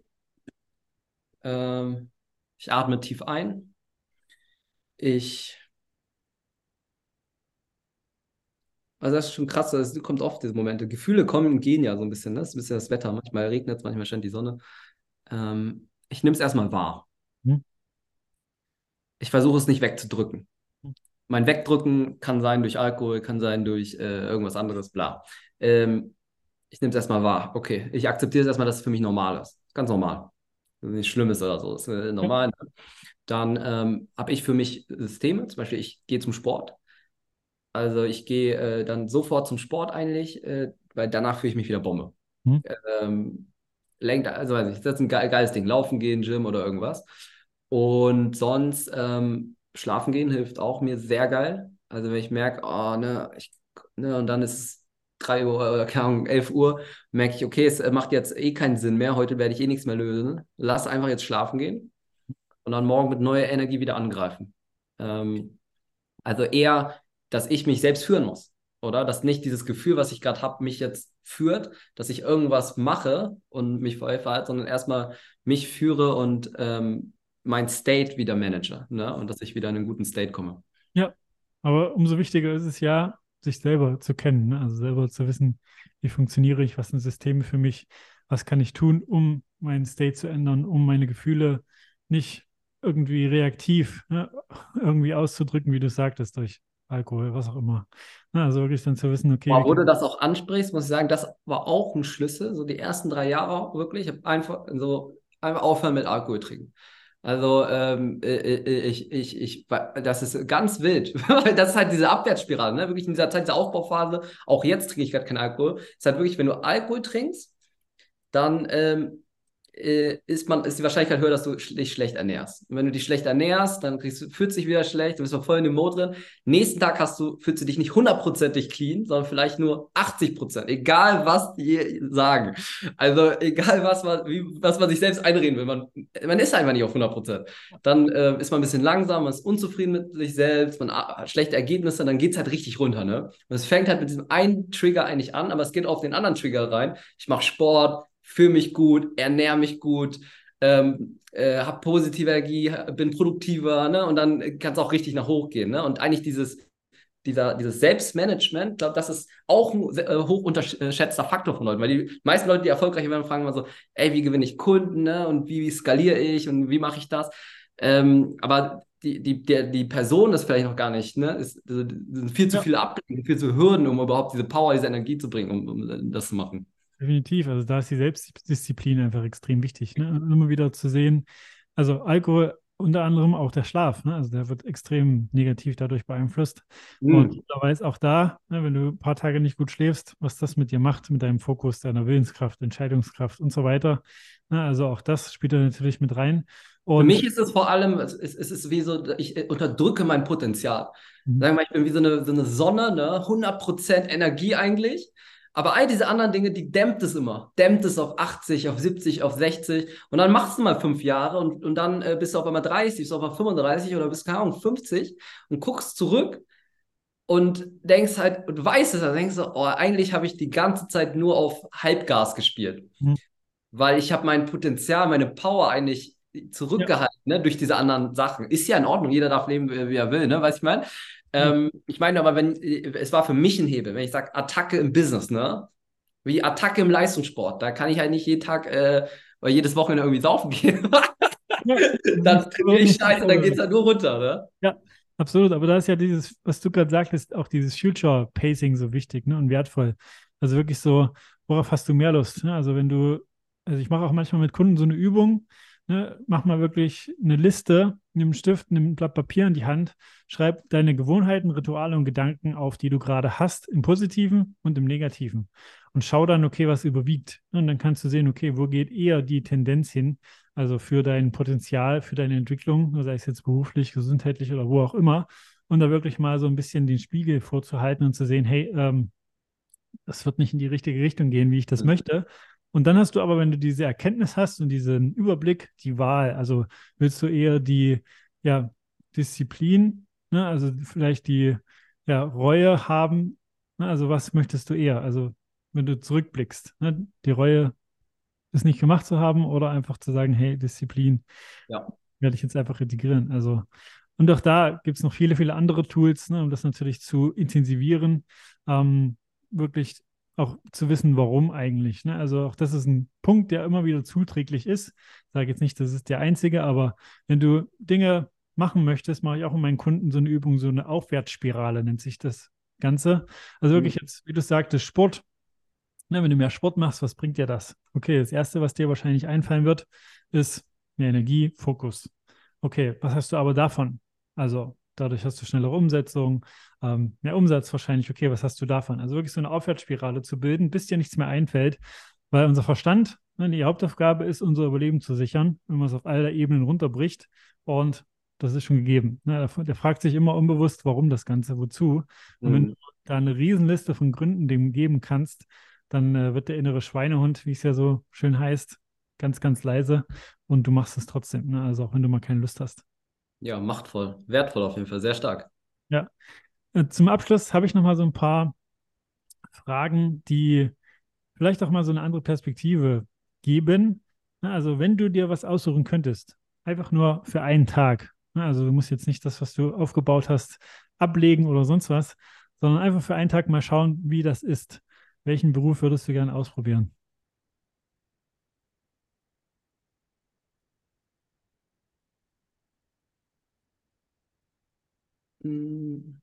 Ähm, Ich atme tief ein. Ich, also das ist schon krass, das kommt oft, diese Momente. Gefühle kommen und gehen ja so ein bisschen, ne? Das ist ein bisschen das Wetter. Manchmal regnet es, manchmal scheint die Sonne. Ich nehme es erstmal wahr. Hm? Ich versuche es nicht wegzudrücken. Mein Wegdrücken kann sein durch Alkohol, kann sein durch irgendwas anderes, bla. Ich nehme es erstmal wahr. Okay, ich akzeptiere es erstmal, dass es für mich normal ist. Ganz normal. Das ist nichts Schlimmes oder so. Das ist Ja. normal. Dann habe ich für mich Systeme. Zum Beispiel, ich gehe zum Sport. Also ich gehe dann sofort zum Sport eigentlich, weil danach fühle ich mich wieder Bombe. Hm? Ähm, also weiß ich, das ist ein geiles Ding. Laufen gehen, Gym oder irgendwas. Und sonst schlafen gehen hilft auch mir sehr geil. Also wenn ich merke, oh, ne, und dann ist es 3 Uhr oder keine Ahnung, 11 Uhr, merke ich, okay, es macht jetzt eh keinen Sinn mehr. Heute werde ich eh nichts mehr lösen. Lass einfach jetzt schlafen gehen und dann morgen mit neuer Energie wieder angreifen. Ähm, also eher, dass ich mich selbst führen muss, oder? Dass nicht dieses Gefühl, was ich gerade habe, mich jetzt führt, dass ich irgendwas mache und mich vorher verhalte, sondern erstmal mich führe und mein State wieder manage, ne? Und dass ich wieder in einen guten State komme. Ja, aber umso wichtiger ist es ja, sich selber zu kennen, ne? Also selber zu wissen, wie funktioniere ich, was sind Systeme für mich, was kann ich tun, um meinen State zu ändern, um meine Gefühle nicht irgendwie reaktiv, ne, irgendwie auszudrücken, wie du sagtest, durch Alkohol, was auch immer. Ne, also wirklich dann zu wissen, okay, wie Aber wo du kann das auch ansprichst, muss ich sagen, das war auch ein Schlüssel. So die ersten 3 Jahre wirklich. Ich habe einfach aufhören mit Alkohol trinken. Also das ist ganz wild. Weil das ist halt diese Abwärtsspirale, ne? Wirklich in dieser Zeit, diese Aufbauphase. Auch jetzt trinke ich gerade keinen Alkohol. Es ist halt wirklich, wenn du Alkohol trinkst, dann ist die Wahrscheinlichkeit höher, dass du dich schlecht ernährst. Und wenn du dich schlecht ernährst, dann fühlst du dich wieder schlecht, du bist voll in dem Mode drin. Nächsten Tag fühlst du dich nicht 100%ig clean, sondern vielleicht nur 80%. Egal, was die sagen. Also egal, was man sich selbst einreden will. Man ist einfach nicht auf 100%. Dann ist man ein bisschen langsam, man ist unzufrieden mit sich selbst, man hat schlechte Ergebnisse, dann geht es halt richtig runter. Ne? Und es fängt halt mit diesem einen Trigger eigentlich an, aber es geht auf den anderen Trigger rein. Ich mache Sport, fühle mich gut, ernähre mich gut, habe positive Energie, bin produktiver, ne? Und dann kann es auch richtig nach hoch gehen. Ne? Und eigentlich dieses Selbstmanagement, glaube, das ist auch ein hoch unterschätzter Faktor von Leuten, weil die meisten Leute, die erfolgreich werden, fragen immer so, ey, wie gewinne ich Kunden, ne? Und wie skaliere ich und wie mache ich das? Aber die Person ist vielleicht noch gar nicht, ne? Sind viel zu viele Ablenkungen, viel zu Hürden, um überhaupt diese Power, diese Energie zu bringen, um das zu machen. Definitiv. Also da ist die Selbstdisziplin einfach extrem wichtig. Ne? Und immer wieder zu sehen, also Alkohol, unter anderem auch der Schlaf, ne? Also der wird extrem negativ dadurch beeinflusst. Und jeder weiß auch da, ne, wenn du ein paar Tage nicht gut schläfst, was das mit dir macht, mit deinem Fokus, deiner Willenskraft, Entscheidungskraft und so weiter. Ne? Also auch das spielt da natürlich mit rein. Für Und mich ist es vor allem, es ist wie so, ich unterdrücke mein Potenzial. Sagen wir mal, ich bin wie so eine Sonne, ne? 100% Energie eigentlich. Aber all diese anderen Dinge, die dämmt es immer. Dämmt es auf 80, auf 70, auf 60. Und dann machst du mal 5 Jahre und dann bist du auf einmal 30, bist du auf einmal 35 oder bist, keine Ahnung, 50 und guckst zurück und denkst halt, und weißt es, dann denkst du, oh, eigentlich habe ich die ganze Zeit nur auf Halbgas gespielt. Mhm. Weil ich habe mein Potenzial, meine Power eigentlich zurückgehalten, ne, durch diese anderen Sachen. Ist ja in Ordnung, jeder darf leben, wie er will, ne, weißt du, ich meine? Ich meine aber, es war für mich ein Hebel, wenn ich sage Attacke im Business, ne? Wie Attacke im Leistungssport, da kann ich halt nicht jeden Tag oder jedes Wochenende irgendwie saufen gehen. ja, Dann trainiere ich scheiße, dann geht es halt nur runter, ne? ja, absolut. Aber da ist ja dieses, was du gerade sagtest, auch dieses Future Pacing so wichtig, ne, und wertvoll. Also wirklich so, worauf hast du mehr Lust? Ne? Also ich mache auch manchmal mit Kunden so eine Übung, ne? Mach mal wirklich eine Liste, nimm einen Stift, nimm ein Blatt Papier in die Hand, schreib deine Gewohnheiten, Rituale und Gedanken auf, die du gerade hast, im Positiven und im Negativen. Und schau dann, okay, was überwiegt. Und dann kannst du sehen, okay, wo geht eher die Tendenz hin? Also für dein Potenzial, für deine Entwicklung, sei es jetzt beruflich, gesundheitlich oder wo auch immer. Und da wirklich mal so ein bisschen den Spiegel vorzuhalten und zu sehen, hey, das wird nicht in die richtige Richtung gehen, wie ich das möchte. Und dann hast du aber, wenn du diese Erkenntnis hast und diesen Überblick, die Wahl. Also willst du eher die, ja, Disziplin, ne? Also vielleicht die, ja, Reue haben, ne? Also was möchtest du eher? Also wenn du zurückblickst, ne? Die Reue, das nicht gemacht zu haben oder einfach zu sagen, hey, Disziplin Ja. werde ich jetzt einfach integrieren. Also, und auch da gibt es noch viele, viele andere Tools, ne, um das natürlich zu intensivieren, wirklich auch zu wissen, warum eigentlich. Ne? Also auch das ist ein Punkt, der immer wieder zuträglich ist. Ich sage jetzt nicht, das ist der einzige, aber wenn du Dinge machen möchtest, mache ich auch mit meinen Kunden so eine Übung, so eine Aufwärtsspirale nennt sich das Ganze. Also wirklich jetzt, wie du sagtest, Sport. Ne, wenn du mehr Sport machst, was bringt dir das? Okay, das Erste, was dir wahrscheinlich einfallen wird, ist mehr Energie, Fokus. Okay, was hast du aber davon? Also dadurch hast du schnellere Umsetzung, mehr Umsatz wahrscheinlich. Okay, was hast du davon? Also wirklich so eine Aufwärtsspirale zu bilden, bis dir nichts mehr einfällt, weil unser Verstand, ne, die Hauptaufgabe ist, unser Überleben zu sichern, wenn man es auf alle Ebenen runterbricht. Und das ist schon gegeben. Ne? Der fragt sich immer unbewusst, warum das Ganze, wozu. Und wenn du da eine Riesenliste von Gründen dem geben kannst, dann wird der innere Schweinehund, wie es ja so schön heißt, ganz, ganz leise und du machst es trotzdem, ne? Also auch wenn du mal keine Lust hast. Ja, machtvoll, wertvoll auf jeden Fall, sehr stark. Ja, zum Abschluss habe ich noch mal so ein paar Fragen, die vielleicht auch mal so eine andere Perspektive geben. Ne? Also wenn du dir was aussuchen könntest, einfach nur für einen Tag, ne? Also du musst jetzt nicht das, was du aufgebaut hast, ablegen oder sonst was, sondern einfach für einen Tag mal schauen, wie das ist. Welchen Beruf würdest du gerne ausprobieren? Mm,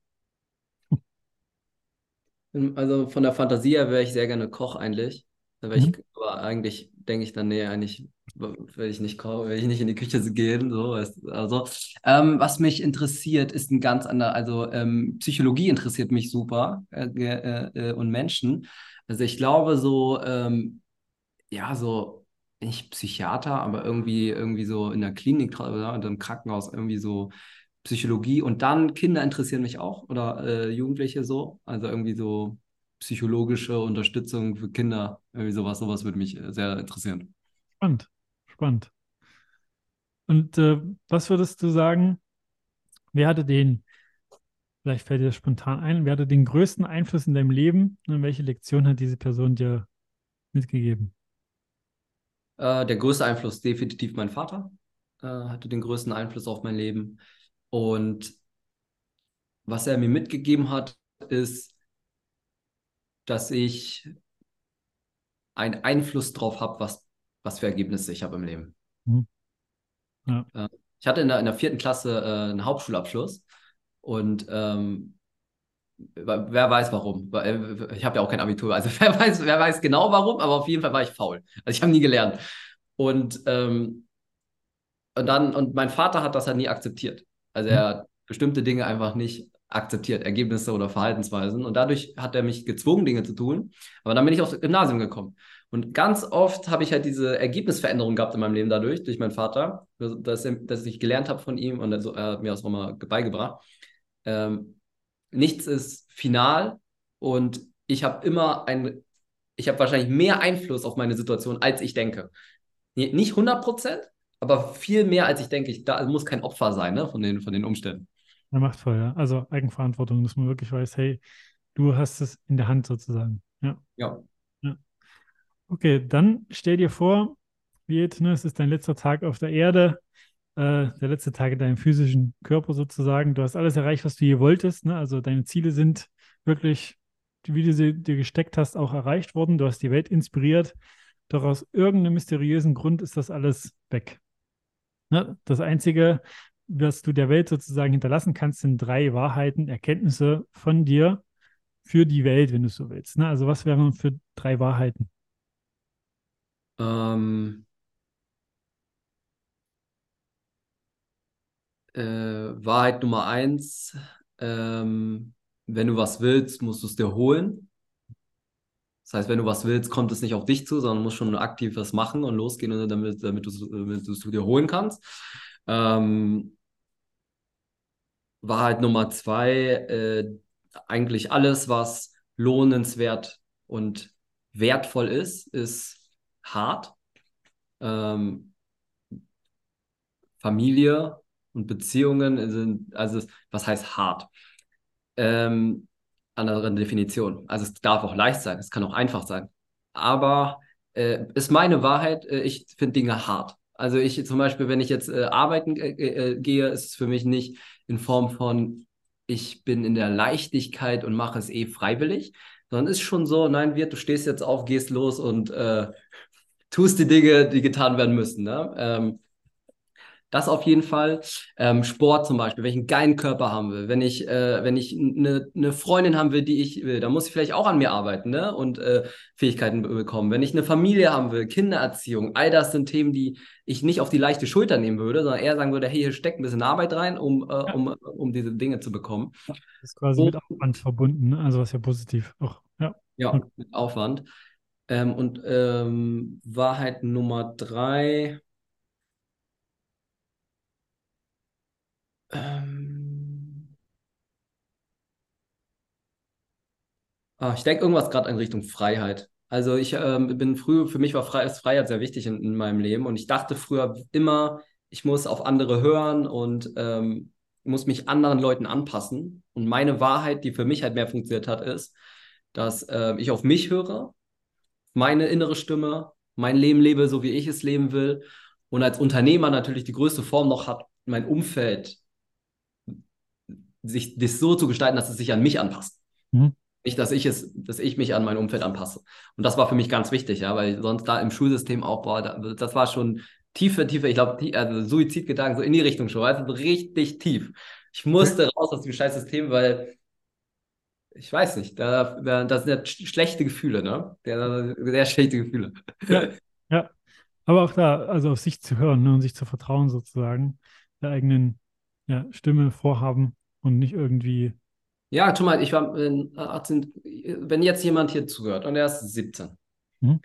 Also von der Fantasie her wäre ich sehr gerne Koch eigentlich. Mhm. Aber eigentlich denke ich dann, nee, eigentlich will ich nicht kochen, will ich nicht in die Küche gehen. So, weißt du. Also, was mich interessiert, ist ein ganz anderer, also Psychologie interessiert mich super und Menschen. Also ich glaube so, ja, so nicht Psychiater, aber irgendwie so in der Klinik oder im Krankenhaus irgendwie so Psychologie. Und dann Kinder interessieren mich auch oder Jugendliche so. Also irgendwie so psychologische Unterstützung für Kinder. Irgendwie sowas würde mich sehr interessieren. Spannend, spannend. Und was würdest du sagen, wer hatte vielleicht fällt dir das spontan ein, wer hatte den größten Einfluss in deinem Leben und welche Lektion hat diese Person dir mitgegeben? Der größte Einfluss definitiv mein Vater. Hatte den größten Einfluss auf mein Leben. Und was er mir mitgegeben hat, ist, dass ich einen Einfluss drauf habe, was für Ergebnisse ich habe im Leben. Mhm. Ja, Ich hatte in der 4. Klasse einen Hauptschulabschluss und wer weiß warum. Ich habe ja auch kein Abitur, also wer weiß genau warum, aber auf jeden Fall war ich faul. Also ich habe nie gelernt. Und, ähm, und mein Vater hat das halt nie akzeptiert. Also mhm. er hat bestimmte Dinge einfach nicht akzeptiert, Ergebnisse oder Verhaltensweisen. Und dadurch hat er mich gezwungen, Dinge zu tun. Aber dann bin ich aufs Gymnasium gekommen. Und ganz oft habe ich halt diese Ergebnisveränderung gehabt in meinem Leben dadurch, durch meinen Vater, dass ich gelernt habe von ihm und also, er hat mir das nochmal beigebracht. Ähm, Nichts ist final und ich habe wahrscheinlich mehr Einfluss auf meine Situation, als ich denke. Nicht 100%, aber viel mehr, als ich denke. Da muss kein Opfer sein, ne, von den Umständen. Ja, machtvoll, ja. Also Eigenverantwortung, dass man wirklich weiß, hey, du hast es in der Hand sozusagen. Ja, Ja. ja. Okay, dann stell dir vor, wie jetzt, ne, es ist dein letzter Tag auf der Erde, der letzte Tag in deinem physischen Körper sozusagen. Du hast alles erreicht, was du je wolltest, ne? Also deine Ziele sind wirklich, wie du sie dir gesteckt hast, auch erreicht worden. Du hast die Welt inspiriert. Doch aus irgendeinem mysteriösen Grund ist das alles weg. Ne? Das Einzige, was du der Welt sozusagen hinterlassen kannst, sind 3 Wahrheiten, Erkenntnisse von dir für die Welt, wenn du es so willst. Ne? Also was wären für 3 Wahrheiten? Ähm, Wahrheit Nummer 1, wenn du was willst, musst du es dir holen. Das heißt, wenn du was willst, kommt es nicht auf dich zu, sondern musst schon aktiv was machen und losgehen, damit du es dir holen kannst. Ähm, Wahrheit Nummer 2, eigentlich alles, was lohnenswert und wertvoll ist hart. Ähm, Familie und Beziehungen sind, also was heißt hart? Ähm, Andere Definition. Also es darf auch leicht sein, es kann auch einfach sein. Aber ist meine Wahrheit, ich finde Dinge hart. Also ich zum Beispiel, wenn ich jetzt arbeiten gehe, ist es für mich nicht in Form von, ich bin in der Leichtigkeit und mache es eh freiwillig, sondern ist schon so, nein, du stehst jetzt auf, gehst los und tust die Dinge, die getan werden müssen. Ne? Das auf jeden Fall. Sport zum Beispiel, wenn ich einen geilen Körper haben will, wenn ich eine Freundin haben will, die ich will, dann muss ich vielleicht auch an mir arbeiten, ne? Und Fähigkeiten bekommen. Wenn ich eine Familie haben will, Kindererziehung, all das sind Themen, die ich nicht auf die leichte Schulter nehmen würde, sondern eher sagen würde, hey, hier steckt ein bisschen Arbeit rein, Ja, um diese Dinge zu bekommen. das ist quasi Und mit Aufwand verbunden, ne? Also was ja positiv auch. Ja. ja, Okay. mit Aufwand. Wahrheit Nummer 3. Ähm, Ich denke irgendwas gerade in Richtung Freiheit. Also ich für mich war Freiheit sehr wichtig in meinem Leben und ich dachte früher immer, ich muss auf andere hören und muss mich anderen Leuten anpassen. Und meine Wahrheit, die für mich halt mehr funktioniert hat, ist, dass ich auf mich höre, meine innere Stimme, mein Leben lebe, so wie ich es leben will. Und als Unternehmer natürlich die größte Form noch hat, mein Umfeld sich das so zu gestalten, dass es sich an mich anpasst. Mhm. Nicht, dass ich mich an mein Umfeld anpasse. Und das war für mich ganz wichtig, ja, weil sonst da im Schulsystem auch, boah, das war schon tiefe, ich glaube, also Suizidgedanken, so in die Richtung schon, weißt du, so richtig tief. Ich Okay. musste raus aus dem scheiß System, weil, ich weiß nicht, das sind ja schlechte Gefühle, ne? Sehr schlechte Gefühle. Ja, ja. Aber auch da, also auf sich zu hören, ne, und sich zu vertrauen sozusagen, der eigenen, ja, Stimme, Vorhaben und nicht irgendwie. Ja, tu mal, ich war 18, wenn jetzt jemand hier zuhört und er ist 17, Mhm.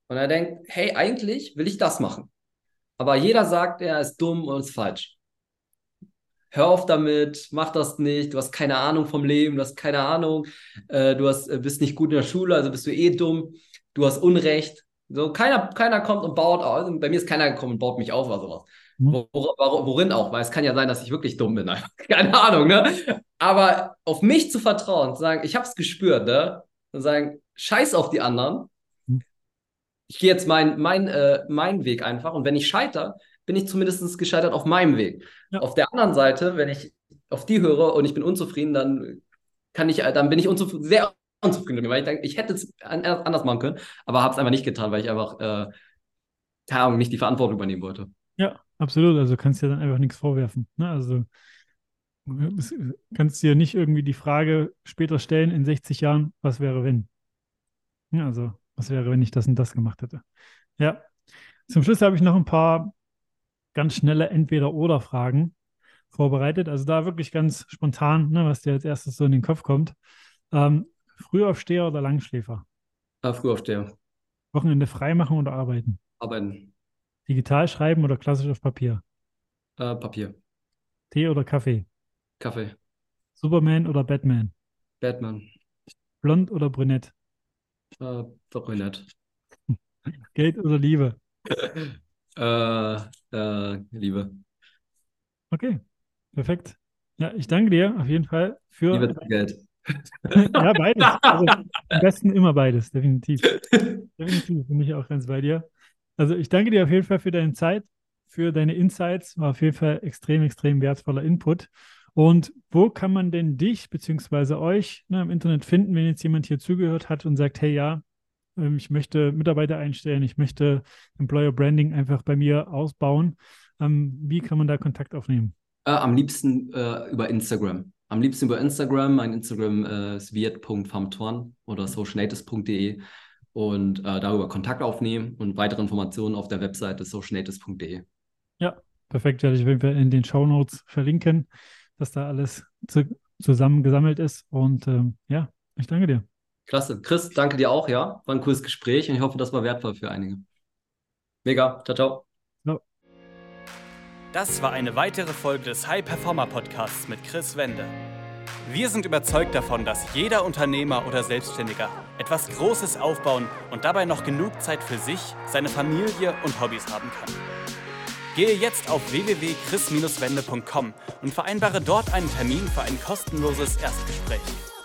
Und er denkt, hey, eigentlich will ich das machen. Aber jeder sagt, er ist dumm und ist falsch. Hör auf damit, mach das nicht, du hast keine Ahnung vom Leben, du hast keine Ahnung, bist nicht gut in der Schule, also bist du eh dumm, du hast Unrecht. So, keiner kommt und baut, also bei mir ist keiner gekommen und baut mich auf oder sowas. Worin auch, weil es kann ja sein, dass ich wirklich dumm bin. Keine Ahnung, ne? Aber auf mich zu vertrauen, zu sagen, ich habe es gespürt, ne? Und sagen, scheiß auf die anderen. Ich gehe jetzt meinen Weg einfach. Und wenn ich scheitere, bin ich zumindest gescheitert auf meinem Weg. Ja. Auf der anderen Seite, wenn ich auf die höre und ich bin unzufrieden, dann bin ich sehr unzufrieden mit mir, weil ich denke, ich hätte es anders machen können, aber habe es einfach nicht getan, weil ich einfach, keine Ahnung, nicht die Verantwortung übernehmen wollte. Ja, absolut. Also kannst dir dann einfach nichts vorwerfen. Ne? Also kannst dir nicht irgendwie die Frage später stellen, in 60 Jahren, was wäre, wenn? Ja, also, was wäre, wenn ich das und das gemacht hätte? Ja. Zum Schluss habe ich noch ein paar ganz schnelle Entweder-oder-Fragen vorbereitet. Also da wirklich ganz spontan, ne, was dir als erstes so in den Kopf kommt. Frühaufsteher oder Langschläfer? Frühaufsteher. Wochenende frei machen oder arbeiten? Arbeiten. Digital schreiben oder klassisch auf Papier? Papier. Tee oder Kaffee? Kaffee. Superman oder Batman? Batman. Blond oder brünett? Brünett. Geld oder Liebe? Liebe. Okay, perfekt. Ja, ich danke dir auf jeden Fall für... Liebe Geld. Ja, beides. Also, am besten immer beides, definitiv. Definitiv, bin ich auch ganz bei dir. Also ich danke dir auf jeden Fall für deine Zeit, für deine Insights. War auf jeden Fall extrem, extrem wertvoller Input. Und wo kann man denn dich bzw. euch im Internet finden, wenn jetzt jemand hier zugehört hat und sagt, hey ja, ich möchte Mitarbeiter einstellen, ich möchte Employer Branding einfach bei mir ausbauen. Wie kann man da Kontakt aufnehmen? Am liebsten über Instagram. Mein Instagram ist wirt.famtoren oder socialnatives.de und darüber Kontakt aufnehmen und weitere Informationen auf der Webseite socialnatives.de. Ja, perfekt. Werde ich auf jeden Fall in den Shownotes verlinken, dass da alles zusammengesammelt ist. Und ja, ich danke dir. Klasse. Chris, danke dir auch, ja. War ein cooles Gespräch und ich hoffe, das war wertvoll für einige. Mega. Ciao, ciao. Ciao. Das war eine weitere Folge des High Performer Podcasts mit Chris Wende. Wir sind überzeugt davon, dass jeder Unternehmer oder Selbstständiger etwas Großes aufbauen und dabei noch genug Zeit für sich, seine Familie und Hobbys haben kann. Gehe jetzt auf www.chris-wende.com und vereinbare dort einen Termin für ein kostenloses Erstgespräch.